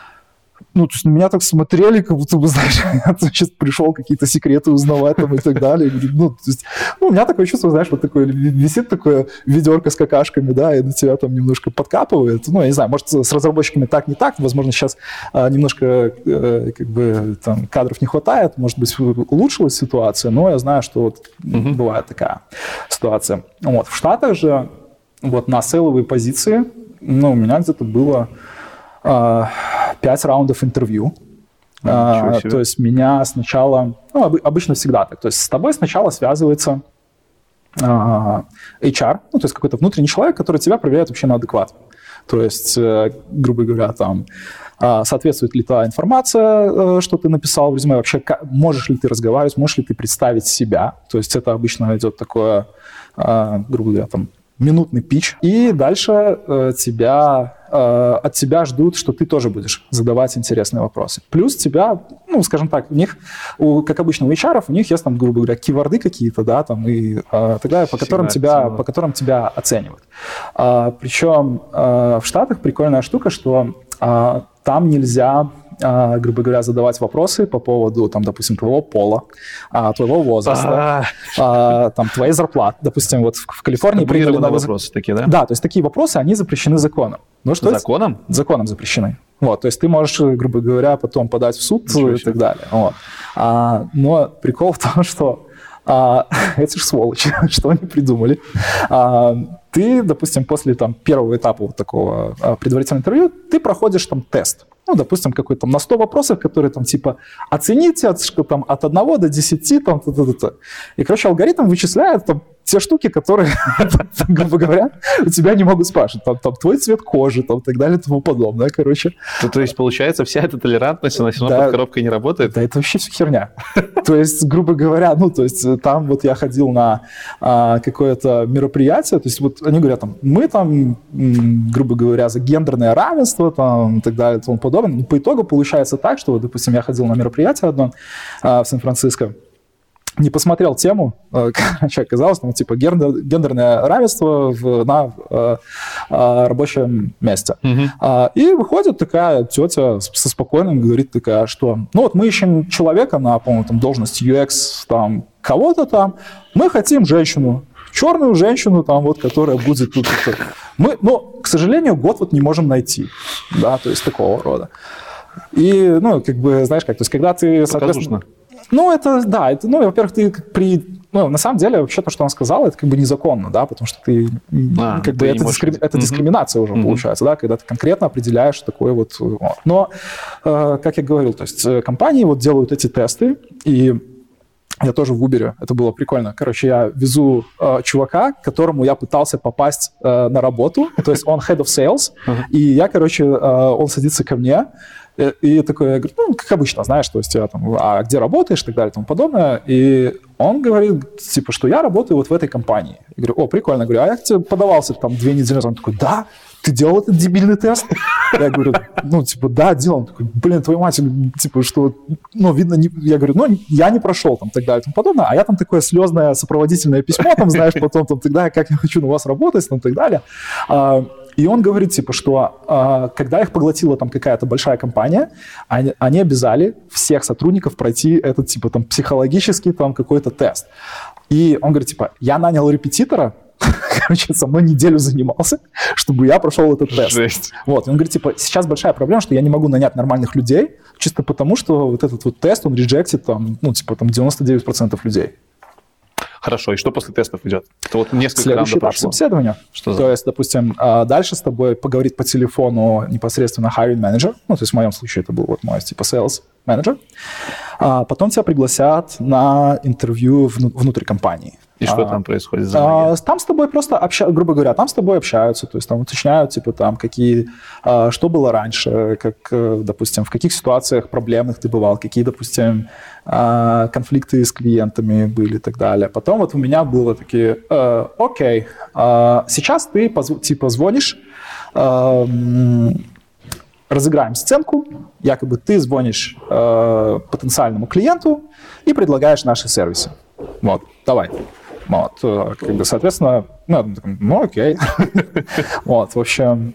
ну, то есть на меня так смотрели, как будто бы, знаешь, я сейчас пришел какие-то секреты узнавать там и так далее. Ну, то есть, ну, у меня такое чувство, знаешь, вот такое, висит такое ведерко с какашками, да, и на тебя там немножко подкапывает. Ну, я не знаю, может, с разработчиками так, не так. Возможно, сейчас немножко, как бы, там, кадров не хватает, может быть, улучшилась ситуация, но я знаю, что вот бывает такая ситуация. Вот. В Штатах же вот на селловые позиции, ну, у меня где-то было 5 раундов интервью. То есть меня сначала, ну, обычно всегда так, то есть с тобой сначала связывается HR, ну, то есть какой-то внутренний человек, который тебя проверяет вообще на адекват. То есть, грубо говоря, там, соответствует ли та информация, что ты написал в резюме, вообще можешь ли ты разговаривать, можешь ли ты представить себя. То есть это обычно идет такое, грубо говоря, там, минутный питч, и дальше от тебя ждут, что ты тоже будешь задавать интересные вопросы. Плюс тебя, ну, скажем так, у них, как обычно у HR, у них есть там, грубо говоря, кейворды какие-то, да, там, и так далее, по которым тебя оценивают. Причем в Штатах прикольная штука, что там нельзя, грубо говоря, задавать вопросы по поводу, там, допустим, твоего пола, твоего возраста, там, твоей зарплаты. Допустим, вот в Калифорнии приняли новые вопросы такие, да? Да, то есть такие вопросы, они запрещены законом. Ну, что законом? Законом запрещены. Вот, то есть ты можешь, грубо говоря, потом подать в суд и так далее. Вот. Но прикол в том, что эти же сволочи, что они придумали. Ты, допустим, после там, первого этапа вот такого предварительного интервью, ты проходишь там тест. Ну, допустим, какой-то на 100 вопросов, которые там типа оцените от 1 до 10, там, И, короче, алгоритм вычисляет там те штуки, которые, грубо говоря, у тебя не могут спрашивать. Там твой цвет кожи, там, так далее, и тому подобное, короче. То есть, получается, вся эта толерантность, она все равно под коробкой не работает? Да, это вообще все херня. То есть, грубо говоря, ну, то есть, там вот я ходил на какое-то мероприятие, то есть, вот они говорят, там, мы там, грубо говоря, за гендерное равенство, там, и так далее, и тому подобное. Но по итогу получается так, что, допустим, я ходил на мероприятие одно в Сан-Франциско, не посмотрел тему, короче, оказалось, там, типа, гендерное равенство на рабочем месте. И выходит такая тетя со спокойным, говорит такая, что, ну, вот мы ищем человека на, по-моему, там, должность UX, там, кого-то там, мы хотим женщину, черную женщину, там, вот, которая будет тут. Но, к сожалению, год вот не можем найти, да, то есть такого рода. И, ну, как бы, знаешь, как, то есть, когда ты, соответственно... Ну, это, да, это, ну, во-первых, ты на самом деле, вообще то, что он сказал, это как бы незаконно, да, потому что ты, как бы, это дискриминация уже получается, да, когда ты конкретно определяешь такой вот. Но, как я говорил, то есть компании вот делают эти тесты, и я тоже в Uber, это было прикольно. Короче, я везу чувака, к которому я пытался попасть на работу, то есть он head of sales, и я, короче, он садится ко мне, и такой, я говорю, ну, как обычно, знаешь, то есть я там, а где работаешь и так далее и тому подобное. И он говорит, типа, что я работаю вот в этой компании. Я говорю, о, прикольно. Я говорю, а я к тебе подавался там 2 недели назад. Он такой, да? Ты делал этот дебильный тест? Я говорю, ну, типа, да, делал. Он такой, блин, твою мать, типа, что, ну, видно, не... Я говорю, ну, я не прошел, там, так далее и тому подобное. А я там такое слезное сопроводительное письмо, там, знаешь, потом, там, тогда, как я хочу на вас работать, там, так далее. И он говорит, типа, что когда их поглотила там какая-то большая компания, они обязали всех сотрудников пройти этот, типа, там, психологический там какой-то тест. И он говорит, типа, я нанял репетитора, короче, со мной неделю занимался, чтобы я прошел этот тест. Жесть. Вот. И он говорит, типа, сейчас большая проблема, что я не могу нанять нормальных людей, чисто потому, что вот этот вот тест, он реджектит там, ну, типа, там 99% людей. Хорошо, и что после тестов идет? Это вот несколько следующий этап собеседования. Что за? То есть, допустим, дальше с тобой поговорит по телефону непосредственно hiring manager, ну, то есть в моем случае это был вот мой типа sales manager. Потом тебя пригласят на интервью внутрь компании. И что там происходит? Там с тобой просто грубо говоря, там с тобой общаются, то есть там уточняют, типа, там, что было раньше, как, допустим, в каких ситуациях проблемных ты бывал, какие, допустим, конфликты с клиентами были и так далее. Потом вот у меня было такие, окей, сейчас ты, типа, звонишь, разыграем сценку, якобы ты звонишь потенциальному клиенту и предлагаешь наши сервисы. Вот, давай. Вот, как бы, соответственно, ну окей. Вот, в общем,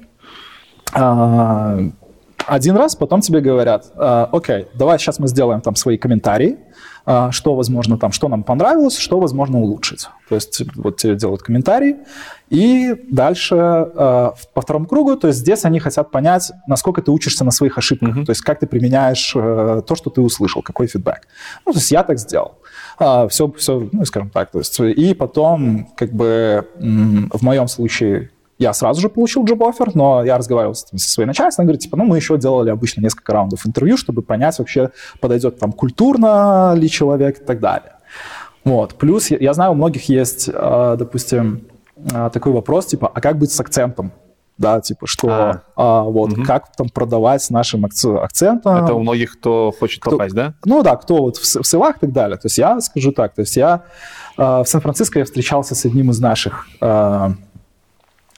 один раз, потом тебе говорят, окей, давай сейчас мы сделаем там свои комментарии, что, возможно, там, что нам понравилось, что, возможно, улучшить. То есть вот тебе делают комментарии, и дальше по второму кругу, то есть здесь они хотят понять, насколько ты учишься на своих ошибках, то есть как ты применяешь то, что ты услышал, какой фидбэк. Ну, то есть я так сделал. Все, ну, скажем так, то есть, и потом, как бы, в моем случае, я сразу же получил job-offer, но я разговаривал со своей начальством, он говорит, типа, ну, мы еще делали обычно несколько раундов интервью, чтобы понять вообще, подойдет там культурно ли человек и так далее. Вот. Плюс, я знаю, у многих есть, допустим, такой вопрос, типа, а как быть с акцентом? Да, типа, что как там продавать с нашим акцентом. Это у многих, кто хочет попасть, да? Ну да, кто вот в селах и так далее. То есть я скажу так, то есть я в Сан-Франциско я встречался с одним из наших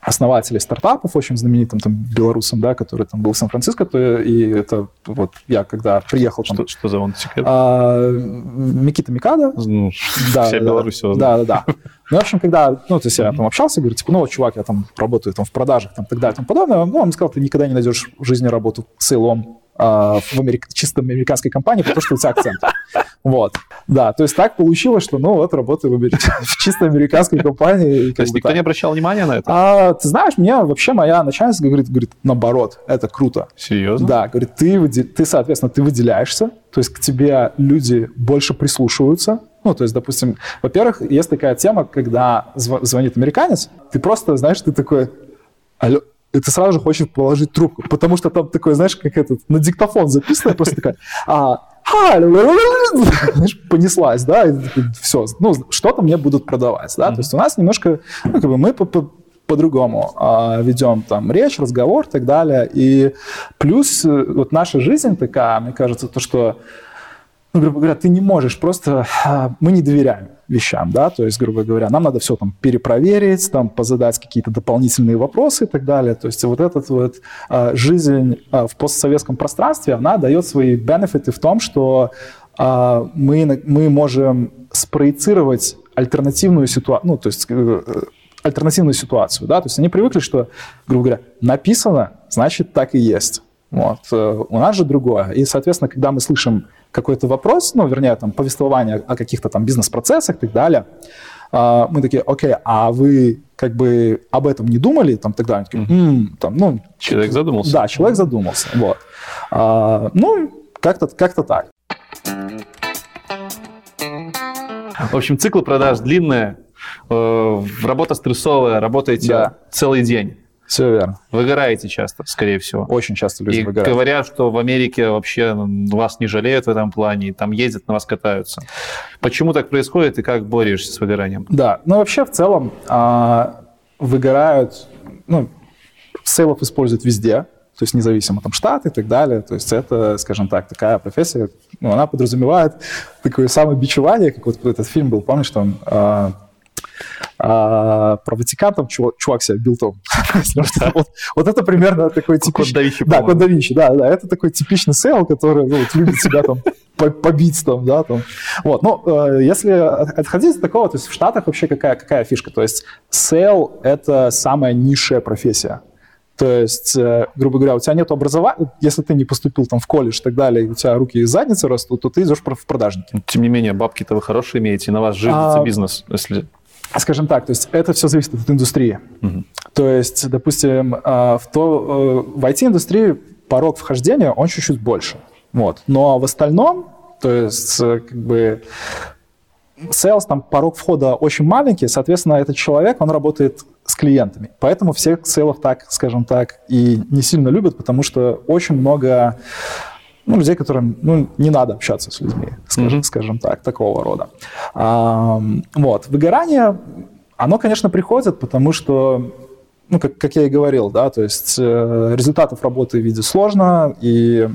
основателей стартапов, очень знаменитым там белорусом, да, который там был в Сан-Франциско, и это вот я когда приехал там... Что за он секрет? Микита Микадо. Ну, да, вся Беларусь его знает. Да. Ну, в общем, когда, ну, то есть я там общался, говорю, типа, ну, вот, чувак, я там работаю там в продажах, там, так далее, и тому подобное. Ну, он сказал, ты никогда не найдешь в жизни работу сейлом в чисто американской компании, потому что у тебя акцент. Вот. Да, то есть так получилось, что, ну, вот, работаю в чисто американской компании. То есть никто не обращал внимания на это? Ты знаешь, мне вообще моя начальница говорит, наоборот, это круто. Серьезно? Да, говорит, ты, соответственно, ты выделяешься, то есть к тебе люди больше прислушиваются. Ну, то есть, допустим, во-первых, есть такая тема, когда звонит американец, ты просто, знаешь, ты такой, алло, и ты сразу же хочешь положить трубку, потому что там такой, знаешь, как этот, на диктофон записано, просто такая, знаешь, понеслась, да, и все, ну, что-то мне будут продавать, да, то есть у нас немножко, ну, как бы мы по-другому ведем там речь, разговор и так далее, и плюс вот наша жизнь такая, мне кажется, то, что, ну, грубо говоря, ты не можешь просто, мы не доверяем вещам, да, то есть, грубо говоря, нам надо все там перепроверить, там позадать какие-то дополнительные вопросы и так далее, то есть вот эта вот жизнь в постсоветском пространстве, она дает свои бенефиты в том, что мы можем спроецировать альтернативную ситуацию, ну, то есть альтернативную ситуацию, да, то есть они привыкли, что, грубо говоря, написано, значит, так и есть. Вот. У нас же другое. И, соответственно, когда мы слышим какой-то вопрос, ну, вернее, там, повествование о каких-то там бизнес-процессах и так далее, мы такие, окей, а вы как бы об этом не думали? Там, так далее. Такие, там, ну, человек задумался. Да, человек задумался. Вот. Ну, как-то так. В общем, цикл продаж длинная, работа стрессовая, работаете целый день. Все верно. Выгораете часто, скорее всего. Очень часто люди выгорают. И говорят, что в Америке вообще вас не жалеют в этом плане, там ездят, на вас катаются. Почему так происходит и как борешься с выгоранием? Да, ну вообще в целом выгорают, ну, сейлов используют везде, то есть независимо там штат и так далее. То есть это, скажем так, такая профессия, ну, она подразумевает такое самобичевание, как вот этот фильм был, помнишь, там... про Ватикан там чувак себя бил там. Вот это примерно такой типичный... Код да Винчи, да, Код да Винчи, да. Это такой типичный сейл, который любит себя там побить там, да, там. Вот, ну, если отходить от такого, то есть в Штатах вообще какая фишка? То есть сейл — это самая низшая профессия. То есть, грубо говоря, у тебя нет образования, если ты не поступил там в колледж и так далее, и у тебя руки из задницы растут, то ты идешь в продажники. Тем не менее, бабки-то вы хорошие имеете, на вас живется бизнес, если... Скажем так, то есть это все зависит от индустрии. То есть, допустим, в IT-индустрии порог вхождения, он чуть-чуть больше. Вот. Но в остальном, то есть, как бы, sales, там порог входа очень маленький, соответственно, этот человек, он работает с клиентами. Поэтому всех сейлов так, скажем так, и не сильно любят, потому что очень много... Ну, людей, которым не надо общаться с людьми, скажем так, такого рода. Вот. Выгорание, оно, конечно, приходит, потому что, ну, как я и говорил, да, то есть результатов работы видеть сложно, и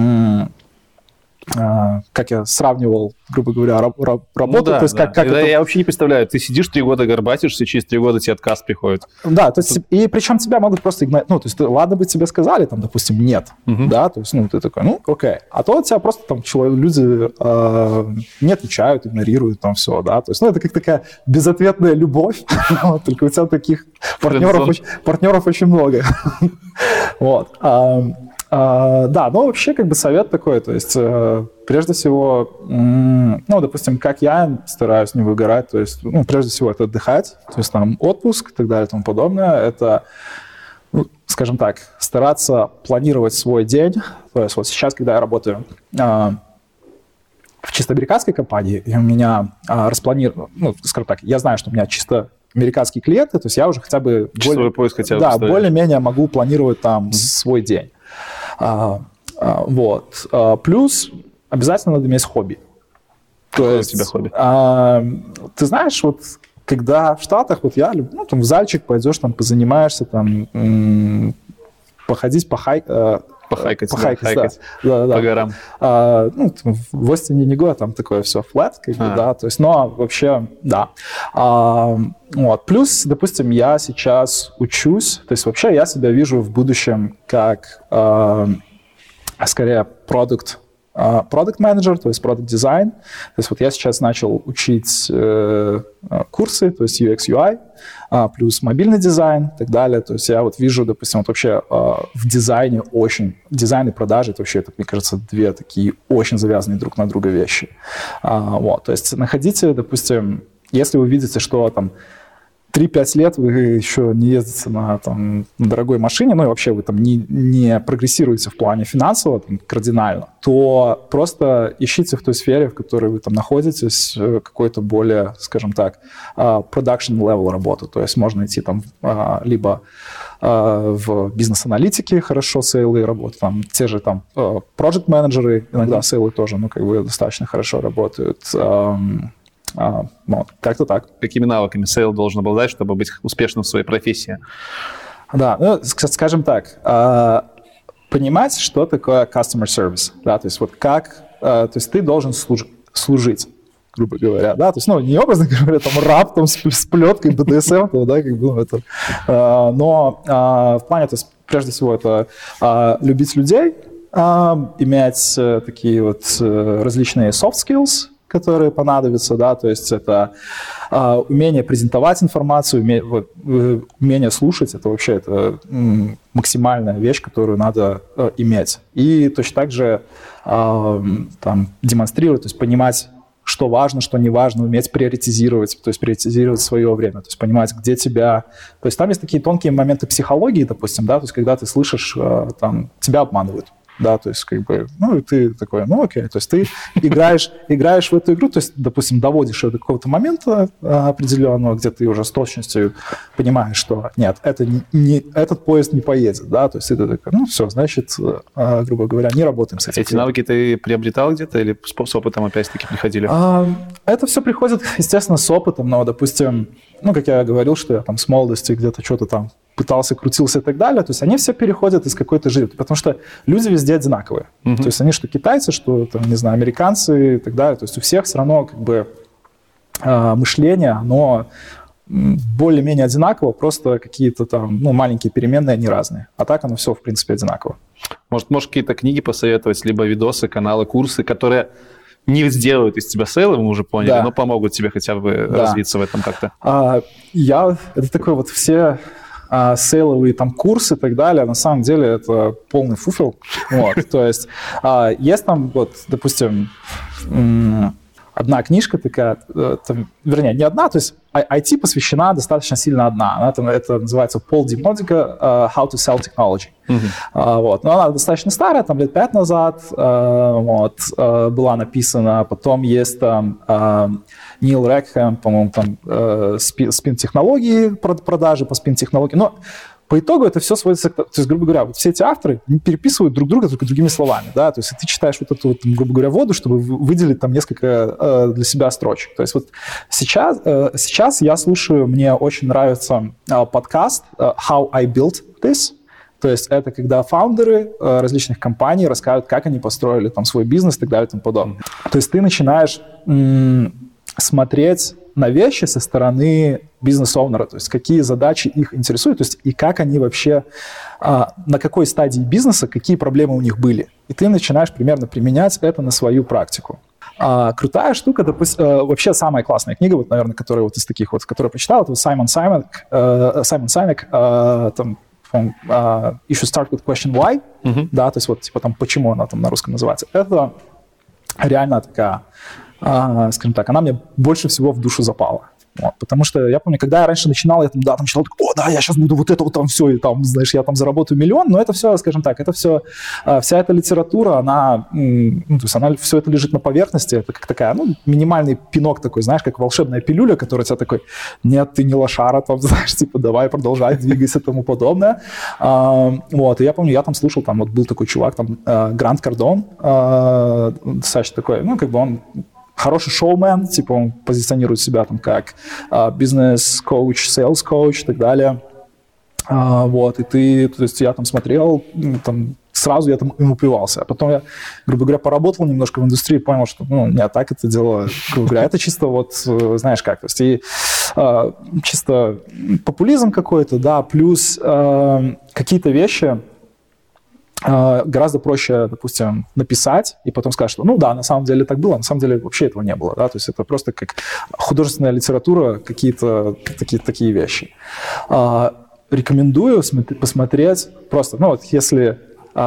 как я сравнивал, грубо говоря, работу. Ну, да, то есть, да. Как это... Я вообще не представляю, ты сидишь 3 года горбатишься, через 3 года тебе отказ приходит. Да, то есть, и причем тебя могут просто игнорировать. Ну, то есть, ладно бы тебе сказали, там, допустим, нет, да, то есть, ну, ты такой, ну, окей. А то тебя просто там люди не отвечают, игнорируют, там, все, да, то есть, ну, это как такая безответная любовь, только у тебя таких партнеров очень много. Вот. Да, но вообще как бы совет такой, то есть прежде всего, ну, допустим, как я стараюсь не выгорать, то есть, ну, прежде всего это отдыхать, то есть там отпуск и так далее и тому подобное, это, ну, скажем так, стараться планировать свой день, то есть вот сейчас, когда я работаю в чисто американской компании, и у меня распланировано, ну, скажем так, я знаю, что у меня чисто американские клиенты, то есть я уже хотя бы... Часовой пояс хотя бы да, поставить. более-менее могу планировать там свой день. Вот. Плюс обязательно надо иметь хобби. Какое у тебя хобби? Ты знаешь, вот когда в Штатах, вот я люблю, ну, там в зальчик пойдешь, там позанимаешься, там походить, Похайкать, да. По горам. В Остине не год, там такое все flat, да, то есть, но вообще, да. Плюс, допустим, я сейчас учусь, то есть вообще я себя вижу в будущем как, скорее, продукт-менеджер, то есть продукт-дизайн. То есть вот я сейчас начал учить курсы, то есть UX, UI, плюс мобильный дизайн и так далее. То есть я вот вижу, допустим, вот вообще в дизайне дизайн и продажи, это вообще, мне кажется, две такие очень завязанные друг на друга вещи. То есть находите, допустим, если вы видите, что там 3-5 лет вы еще не ездите на дорогой машине, и вообще вы там не прогрессируете в плане финансово кардинально, то просто ищите в той сфере, в которой вы там находитесь, какой-то более, скажем так, production level работу. То есть можно идти там либо в бизнес-аналитике хорошо сейлы работают, там те же там project-менеджеры, иногда сейлы тоже, достаточно хорошо работают. Как-то так. Какими навыками сейл должен обладать, чтобы быть успешным в своей профессии? Да, скажем так, понимать, что такое customer service, да, то есть вот то есть ты должен служить, грубо говоря, да, то есть, не образно говоря, там раб там с плеткой BDSM, да, но в плане, то есть прежде всего это любить людей, иметь такие вот различные soft skills, которые понадобятся, да, то есть это умение презентовать информацию, умение слушать, это вообще максимальная вещь, которую надо иметь. И точно так же демонстрировать, то есть понимать, что важно, что не важно, уметь приоритизировать, то есть приоритизировать свое время, то есть понимать, где тебя... То есть там есть такие тонкие моменты психологии, допустим, да, то есть когда ты слышишь, тебя обманывают. Да, то есть, и ты такой, окей, то есть ты играешь в эту игру, то есть, допустим, доводишь ее до какого-то момента определенного, где ты уже с точностью понимаешь, что нет, этот поезд не поедет, да, то есть ты такой, все, значит, грубо говоря, не работаем с этим. Эти навыки ты приобретал где-то или с опытом опять-таки приходили? Это все приходит, естественно, с опытом, но, допустим, как я говорил, что я там с молодости где-то что-то там пытался, крутился и так далее, то есть они все переходят из какой-то жизни, потому что люди везде одинаковые. То есть они что китайцы, что, там, не знаю, американцы и так далее, то есть у всех все равно мышление, оно более-менее одинаково, просто какие-то там, маленькие переменные, они разные. А так оно все, в принципе, одинаково. Может, какие-то книги посоветовать, либо видосы, каналы, курсы, которые не сделают из тебя сейла, мы уже поняли, да, но помогут тебе хотя бы развиться в этом как-то? Это такой вот все... сейловые там курсы и так далее, на самом деле это полный фуфел. То есть есть там, допустим, одна книжка такая, вернее, не одна, то есть IT посвящена достаточно сильно одна. Это называется Пол Ди Модига «How to Sell Technology». Но она достаточно старая, там лет 5 назад была написана. Потом есть там Нил Рекхэм, по-моему, там спин-технологии, продажи по спин-технологии. Но по итогу это все сводится, то есть, грубо говоря, вот все эти авторы переписывают друг друга только другими словами, да, то есть ты читаешь вот эту, грубо говоря, воду, чтобы выделить там несколько для себя строчек. То есть вот сейчас я слушаю, мне очень нравится подкаст «How I Built This». То есть это когда фаундеры различных компаний рассказывают, как они построили там свой бизнес и так далее и тому подобное. То есть ты начинаешь смотреть на вещи со стороны бизнес-оунера, то есть какие задачи их интересуют, то есть и как они вообще, на какой стадии бизнеса, какие проблемы у них были. И ты начинаешь примерно применять это на свою практику. Крутая штука, допустим, вообще самая классная книга, вот, наверное, которая вот из таких вот, которую я прочитал, это Саймон Сайнек, там, You should start with question why, да, то есть вот типа там почему она там на русском называется. Это реально такая, скажем так, она мне больше всего в душу запала. Потому что я помню, когда я раньше начинал, я там читал, я сейчас буду вот это вот там все, и там, знаешь, я там заработаю миллион, но это все, скажем так, это все, вся эта литература, она, то есть она, все это лежит на поверхности, это как такая, минимальный пинок такой, знаешь, как волшебная пилюля, которая тебя такой, нет, ты не лошара, там, знаешь, типа, давай, продолжай, двигайся и тому подобное. И я помню, я там слушал, там вот был такой чувак, там, Грант Кардон, достаточно такой, он хороший шоумен, типа он позиционирует себя там как бизнес-коуч, сейлс-коуч и так далее. И то есть я там смотрел, там сразу я там им упивался. А потом я, грубо говоря, поработал немножко в индустрии, понял, что, не так это дело, грубо говоря, это чисто вот, знаешь как, то есть и чисто популизм какой-то, да, плюс какие-то вещи гораздо проще, допустим, написать и потом сказать, что, на самом деле так было, на самом деле вообще этого не было, да, то есть это просто как художественная литература, какие-то такие вещи. Рекомендую посмотреть просто, если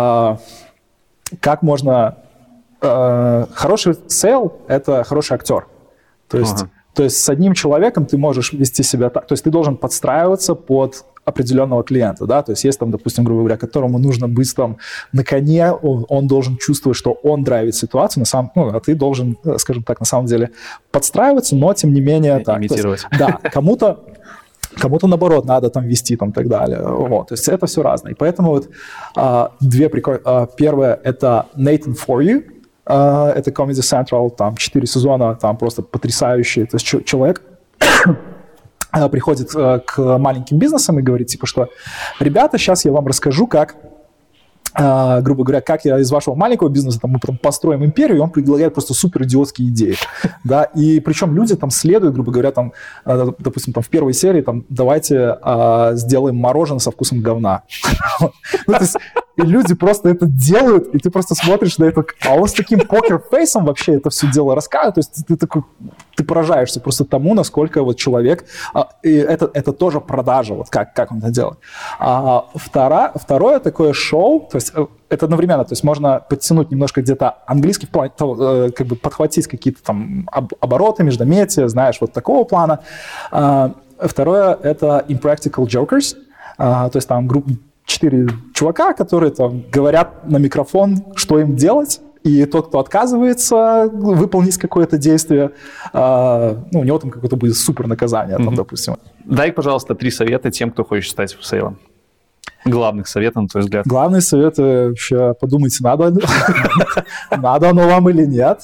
как можно... Хороший сейл — это хороший актер. То есть с одним человеком ты можешь вести себя так, то есть ты должен подстраиваться под определенного клиента, да, то есть есть там, допустим, грубо говоря, которому нужно быть там на коне, он должен чувствовать, что он драйвит ситуацию, а ты должен, скажем так, на самом деле подстраиваться, но тем не менее... Имитировать. Так, да, кому-то, наоборот, надо там вести там, и так далее. Вот. То есть это все разное. И поэтому вот две прикольные... Первое — это Nathan For You. Это Comedy Central, там 4 сезона, там просто потрясающие. То есть человек приходит к маленьким бизнесам и говорит, типа, что ребята, сейчас я вам расскажу, как, грубо говоря, как я из вашего маленького бизнеса, там, мы потом построим империю, и он предлагает просто супер идиотские идеи, да, и причем люди там следуют, грубо говоря, там, допустим, там в первой серии, там, давайте сделаем мороженое со вкусом говна. И люди просто это делают, и ты просто смотришь на это, а он с таким покер-фейсом вообще это все дело рассказывает, то есть ты поражаешься просто тому, насколько вот человек, и это тоже продажа, вот как он это делает. Второе такое шоу, то есть это одновременно, то есть можно подтянуть немножко где-то английский в плане того, как бы подхватить какие-то там обороты, междометия, знаешь, вот такого плана. Второе — это Impractical Jokers, то есть там группа 4 чувака, которые там говорят на микрофон, что им делать, и тот, кто отказывается выполнить какое-то действие, у него там какое-то будет супер наказание, там, допустим. Дай, пожалуйста, 3 совета тем, кто хочет стать сейлом. Главных советов, на твой взгляд. Главный совет — вообще подумайте, надо оно вам или нет.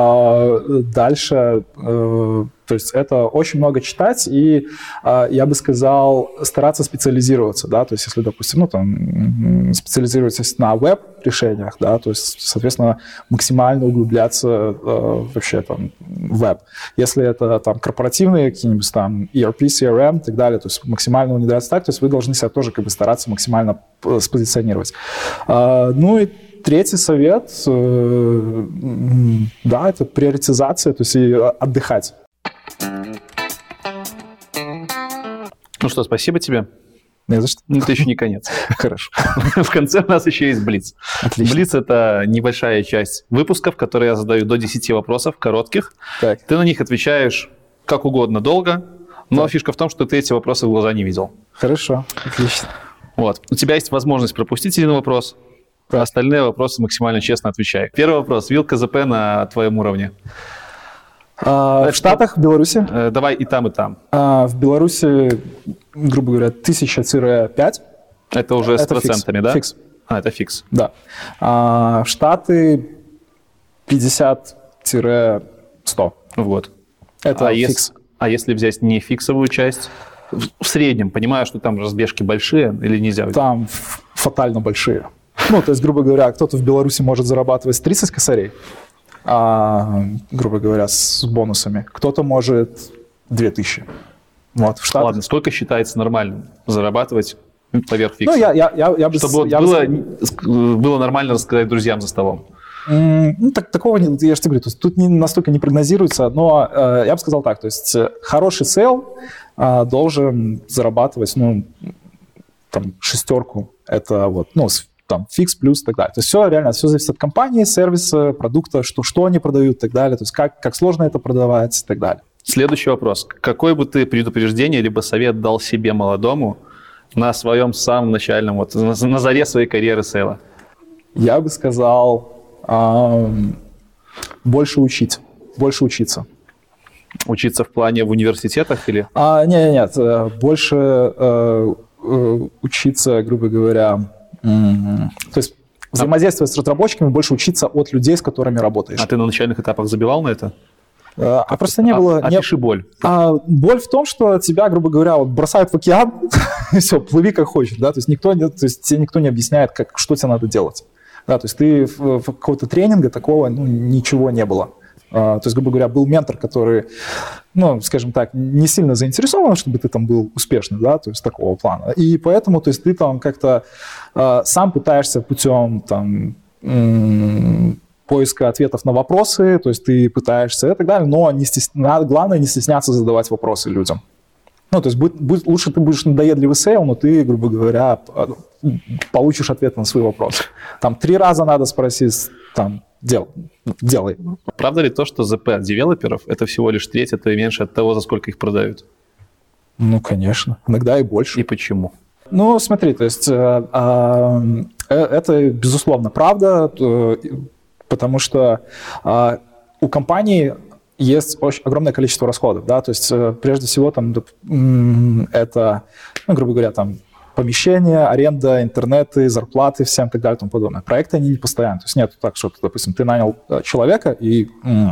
Дальше, то есть это очень много читать, и я бы сказал, стараться специализироваться, да, то есть если, допустим, специализируетесь на веб-решениях, да, то есть, соответственно, максимально углубляться вообще там в веб. Если это там корпоративные какие-нибудь там ERP, CRM и так далее, то есть максимально внедряться так, то есть вы должны себя тоже как бы стараться максимально спозиционировать. И третий совет, да, это приоритизация, то есть и отдыхать. Ну что, спасибо тебе. Не за что. Это еще не конец. Хорошо. В конце у нас еще есть Блиц. Отлично. Блиц — это небольшая часть выпусков, которые я задаю до 10 вопросов, коротких. Так. Ты на них отвечаешь как угодно долго, но фишка в том, что ты эти вопросы в глаза не видел. Хорошо, отлично. Вот. У тебя есть возможность пропустить один вопрос, а остальные вопросы максимально честно отвечай. Первый вопрос. Вилка ЗП на твоем уровне. В Штатах, в Беларуси? Давай и там, и там. В Беларуси, грубо говоря, 1000-5. Это уже с процентами, да? Фикс. Это фикс. Да. В Штаты 50-100 в год. Это фикс. А если взять не фиксовую часть, в среднем, понимаю, что там разбежки большие или нельзя? Там фатально большие. То есть, грубо говоря, кто-то в Беларуси может зарабатывать 30 косарей, грубо говоря, с бонусами. Кто-то может 2000. Вот, в Штатах. Ладно, сколько считается нормальным зарабатывать поверх фикса? Я бы... Чтобы было нормально рассказать друзьям за столом. Такого, я же тебе говорю, то есть тут настолько не прогнозируется, но я бы сказал так, то есть хороший сейл должен зарабатывать, там, 6, это вот, там, фикс плюс и так далее. То есть все реально, все зависит от компании, сервиса, продукта, что они продают и так далее, то есть как сложно это продавать и так далее. Следующий вопрос. Какое бы ты предупреждение либо совет дал себе молодому на своем самом начальном, вот, на заре своей карьеры сейла? Я бы сказал, больше учиться. Учиться в плане в университетах или? Нет. Больше учиться, грубо говоря, то есть взаимодействовать с разработчиками, больше учиться от людей, с которыми работаешь. А ты на начальных этапах забивал на это? Просто не было... Опиши боль. Боль в том, что тебя, грубо говоря, бросают в океан, и все, плыви как хочешь, да, то есть тебе никто не объясняет, что тебе надо делать. Да, то есть ты в какого-то тренинга такого ничего не было. То есть, грубо говоря, был ментор, который, скажем так, не сильно заинтересован, чтобы ты там был успешный, да, то есть такого плана. И поэтому, то есть ты там как-то сам пытаешься путем там поиска ответов на вопросы, то есть ты пытаешься и так далее, но главное не стесняться задавать вопросы людям. То есть лучше ты будешь надоедливый сейл, но ты, грубо говоря, получишь ответ на свой вопрос. Там 3 раза надо спросить, там, делай. Правда ли то, что ЗП от девелоперов – это всего лишь треть, а то и меньше от того, за сколько их продают? Конечно. Иногда и больше. И почему? Смотри, то есть это, безусловно, правда, потому что у компании есть очень огромное количество расходов, да, то есть прежде всего там это, грубо говоря, там помещения, аренда, интернеты, зарплаты всем и так далее и тому подобное. Проекты, они не постоянны. То есть нет так, что, допустим, ты нанял человека, и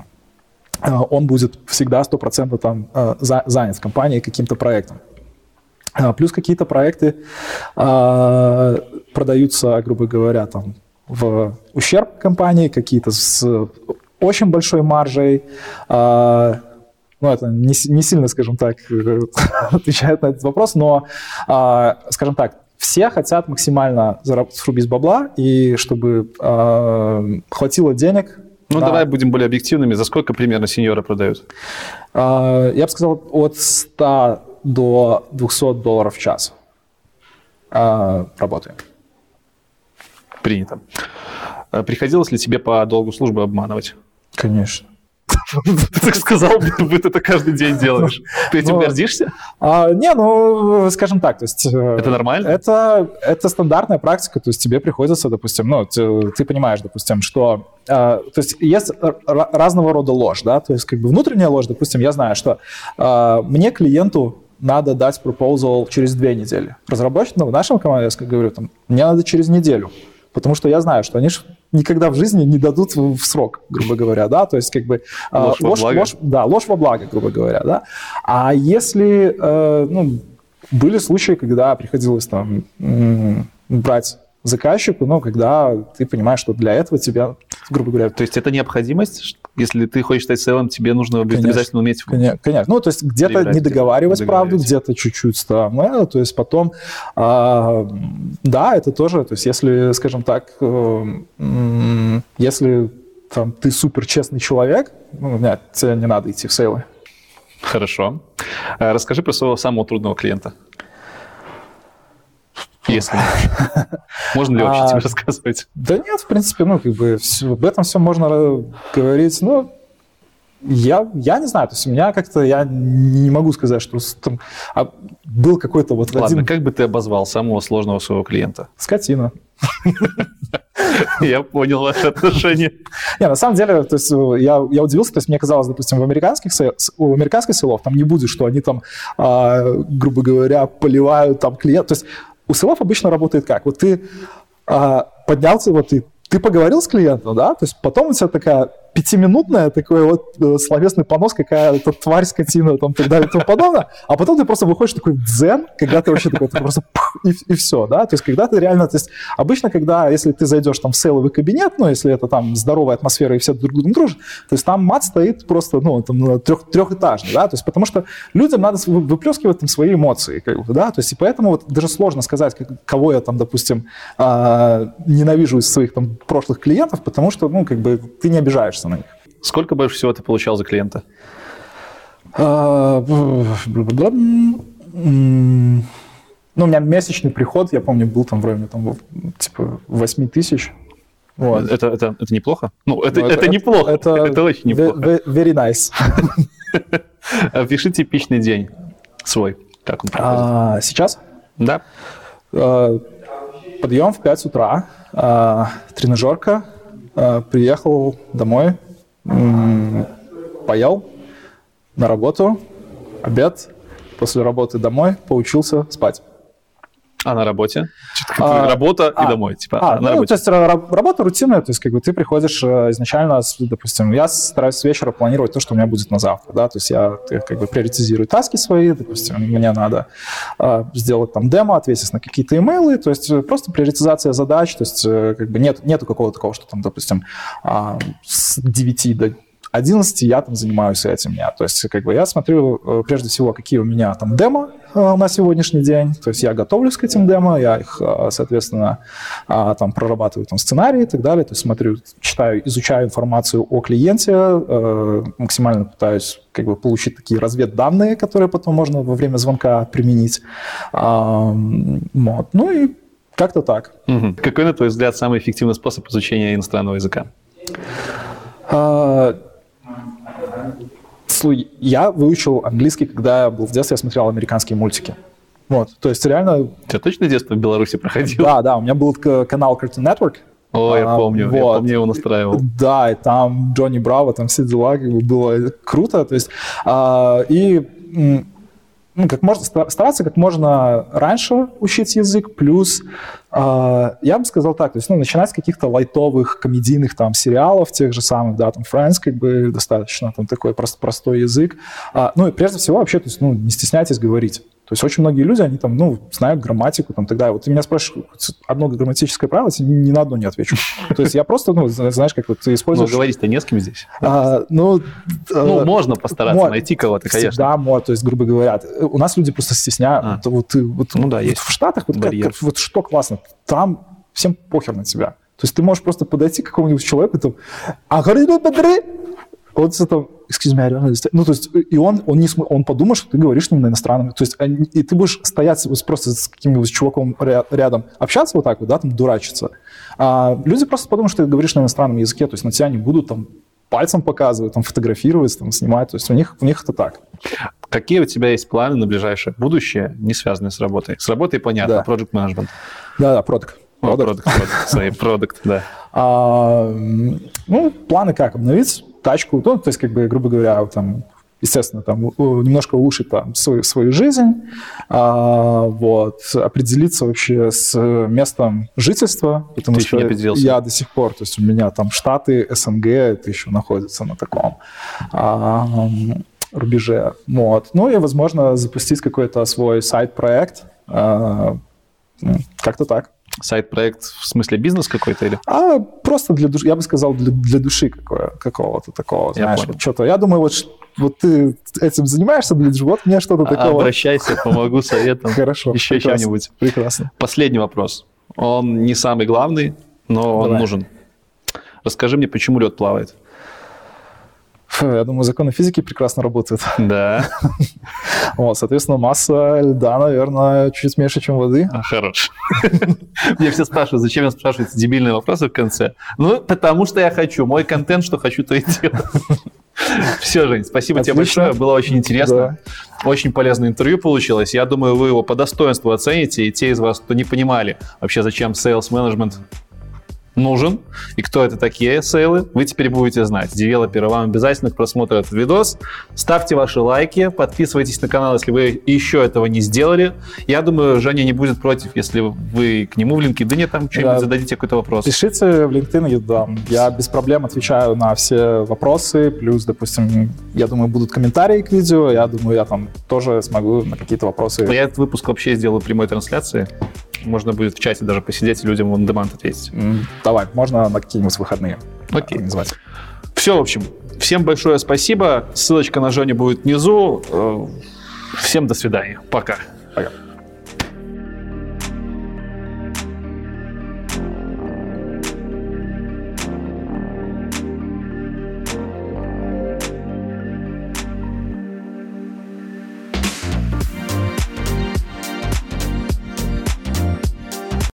он будет всегда 100% там занят в компании каким-то проектом. Плюс какие-то проекты продаются, грубо говоря, там в ущерб компании, какие-то с очень большой маржей. Это не сильно, скажем так, отвечает на этот вопрос, но, скажем так, все хотят максимально срубить бабла, и чтобы хватило денег. Давай будем более объективными. За сколько примерно сеньоры продают? Я бы сказал, от 100 до $200 в час работаем. Принято. Приходилось ли тебе по долгу службы обманывать? Конечно. Ты так сказал, будто это каждый день делаешь. Ты этим гордишься? Скажем так, то есть... Это нормально? Это стандартная практика, то есть тебе приходится, допустим, ты понимаешь, допустим, что... То есть есть разного рода ложь, да, то есть как бы внутренняя ложь, допустим, я знаю, что мне, клиенту, надо дать proposal через 2 недели. Разработчик, в нашем команде, я говорю, там, мне надо через неделю. Потому что я знаю, что они никогда в жизни не дадут в срок, грубо говоря, да, то есть как бы ложь во благо. Ложь во благо, грубо говоря, да. А если, были случаи, когда приходилось там брать заказчику, когда ты понимаешь, что для этого тебе, грубо говоря... То есть это необходимость? Если ты хочешь стать селом, тебе нужно обязательно уметь... Конечно. То есть где-то не договаривать правду, где-то чуть-чуть там, то есть потом... да, это тоже, то есть если, скажем так, если там, ты супер честный человек, нет, тебе не надо идти в сейлы. Хорошо. Расскажи про своего самого трудного клиента. Если можно ли вообще тебе рассказывать? Да нет, в принципе, об этом все можно говорить, я не знаю, то есть у меня как-то, я не могу сказать, что там был какой-то вот Ладно, один... как бы ты обозвал самого сложного своего клиента? Скотина. Я понял ваше отношение. Не, на самом деле, то есть я удивился, то есть мне казалось, допустим, у американских селов там не будет, что они там, грубо говоря, поливают там клиента. То есть у селов обычно работает как? Вот ты поднялся, вот ты поговорил с клиентом, да, то есть потом у тебя такая 5-минутная такой вот словесный понос, какая-то тварь, скотина, там, так далее и тому подобное, а потом ты просто выходишь такой дзен, когда ты вообще такой просто и все, да, то есть когда ты реально, то есть обычно, когда, если ты зайдешь там в сейловый кабинет, если это там здоровая атмосфера и все друг с другом дружат, то есть там мат стоит просто, там трехэтажный, да, то есть потому что людям надо выплескивать там свои эмоции, да, то есть и поэтому вот даже сложно сказать, кого я там, допустим, ненавижу из своих там прошлых клиентов, потому что, ты не обижаешься на них. Сколько больше всего ты получал за клиента? У меня месячный приход, я помню, был там в районе типа 8 тысяч. Вот. Это неплохо? Это неплохо. Это очень неплохо. Very nice. Опиши типичный день свой. Как он проходит? Сейчас? Да. Подъем в 5 утра, тренажерка, приехал домой, поел, на работу, обед, после работы домой, поучился спать. А на работе? Работа и домой. Типа, на работе. То есть работа рутинная, то есть как бы ты приходишь изначально, допустим, я стараюсь с вечера планировать то, что у меня будет на завтра, да, то есть я как бы приоритизирую таски свои, допустим, мне надо сделать там демо, ответить на какие-то имейлы, то есть просто приоритизация задач, то есть как бы нету какого-то такого, что там, допустим, с 9 до 11 я там занимаюсь этим. То есть как бы я смотрю прежде всего, какие у меня там демо на сегодняшний день. То есть я готовлюсь к этим демо, я их, соответственно, там прорабатываю там сценарии и так далее. То есть смотрю, читаю, изучаю информацию о клиенте, максимально пытаюсь как бы получить такие разведданные, которые потом можно во время звонка применить. Вот. Ну и как-то так. Угу. Какой, на твой взгляд, самый эффективный способ изучения иностранного языка? Я выучил английский, когда я был в детстве, я смотрел американские мультики. Вот, то есть реально... У тебя точно детство в Беларуси проходило? Да, у меня был канал Cartoon Network. О, я помню, вот. Я помню, его настраивал. Да, и там Джонни Браво, там все дела, как бы было круто, то есть... стараться как можно раньше учить язык, плюс, я бы сказал так, то есть, начинать с каких-то лайтовых комедийных там сериалов, тех же самых, да, там, Friends, как бы, достаточно там такой простой язык. И прежде всего, вообще, то есть, не стесняйтесь говорить. То есть очень многие люди, они там, знают грамматику, там, тогда. Вот ты меня спрашиваешь одно грамматическое правило, я ни на одно не отвечу. То есть я просто, знаешь, как вот ты используешь... Но говорить-то не с кем здесь. Можно постараться найти кого-то, конечно. Всегда можно, то есть, грубо говоря. У нас люди просто стесняются. Есть. В Штатах вот что классно, там всем похер на тебя. То есть ты можешь просто подойти к какому-нибудь человеку, там, вот это, excuse me, то есть, и он подумает, что ты говоришь с ним на иностранном, то есть, и ты будешь стоять просто с каким-нибудь чуваком рядом, общаться вот так вот, да, там, дурачиться. Люди просто подумают, что ты говоришь на иностранном языке, то есть на тебя не будут там пальцем показывать, там, фотографировать, там, снимать, то есть у них это так. Какие у тебя есть планы на ближайшее будущее, не связанные с работой? С работой понятно, да. Project Management. Да, продакт. Продакт, да. Планы как? Обновить тачку, то есть, как бы, грубо говоря, там, естественно, там, немножко улучшить там, свою жизнь, определиться вообще с местом жительства, потому что я до сих пор, то есть у меня там Штаты, СНГ, это еще находится на таком рубеже. Вот. И, возможно, запустить какой-то свой сайт-проект, как-то так. Сайт-проект в смысле бизнес какой-то или? Просто для души, я бы сказал, для души какого-то такого, знаешь, что-то. Я думаю, вот ты этим занимаешься для души, вот мне что-то такого. Обращайся, помогу советом. Хорошо. Еще что-нибудь. Прекрасно. Последний вопрос. Он не самый главный, но он нужен. Расскажи мне, почему лед плавает? Я думаю, законы физики прекрасно работают. Да. Соответственно, масса льда, наверное, чуть меньше, чем воды. Хорош. Мне все спрашивают, зачем я спрашиваю эти дебильные вопросы в конце. Потому что я хочу. Мой контент, что хочу, то и делаю. Все, Жень, спасибо тебе большое. Было очень интересно. Да. Очень полезное интервью получилось. Я думаю, вы его по достоинству оцените. И те из вас, кто не понимали вообще, зачем sales management нужен, и кто это такие сейлы, вы теперь будете знать. Девелоперы, вам обязательно к просмотру этот видос. Ставьте ваши лайки, подписывайтесь на канал, если вы еще этого не сделали. Я думаю, Женя не будет против, если вы к нему в LinkedIn там что-нибудь зададите, какой-то вопрос. Пишите в LinkedIn, я без проблем отвечаю на все вопросы, плюс, допустим, я думаю, будут комментарии к видео, я думаю, я там тоже смогу на какие-то вопросы... Я этот выпуск вообще сделаю прямой трансляции. Можно будет в чате даже посидеть и людям в on-demand ответить. Давай, можно на какие-нибудь выходные организовать. Все, в общем, всем большое спасибо. Ссылочка на Женю будет внизу. Всем до свидания. Пока. Пока.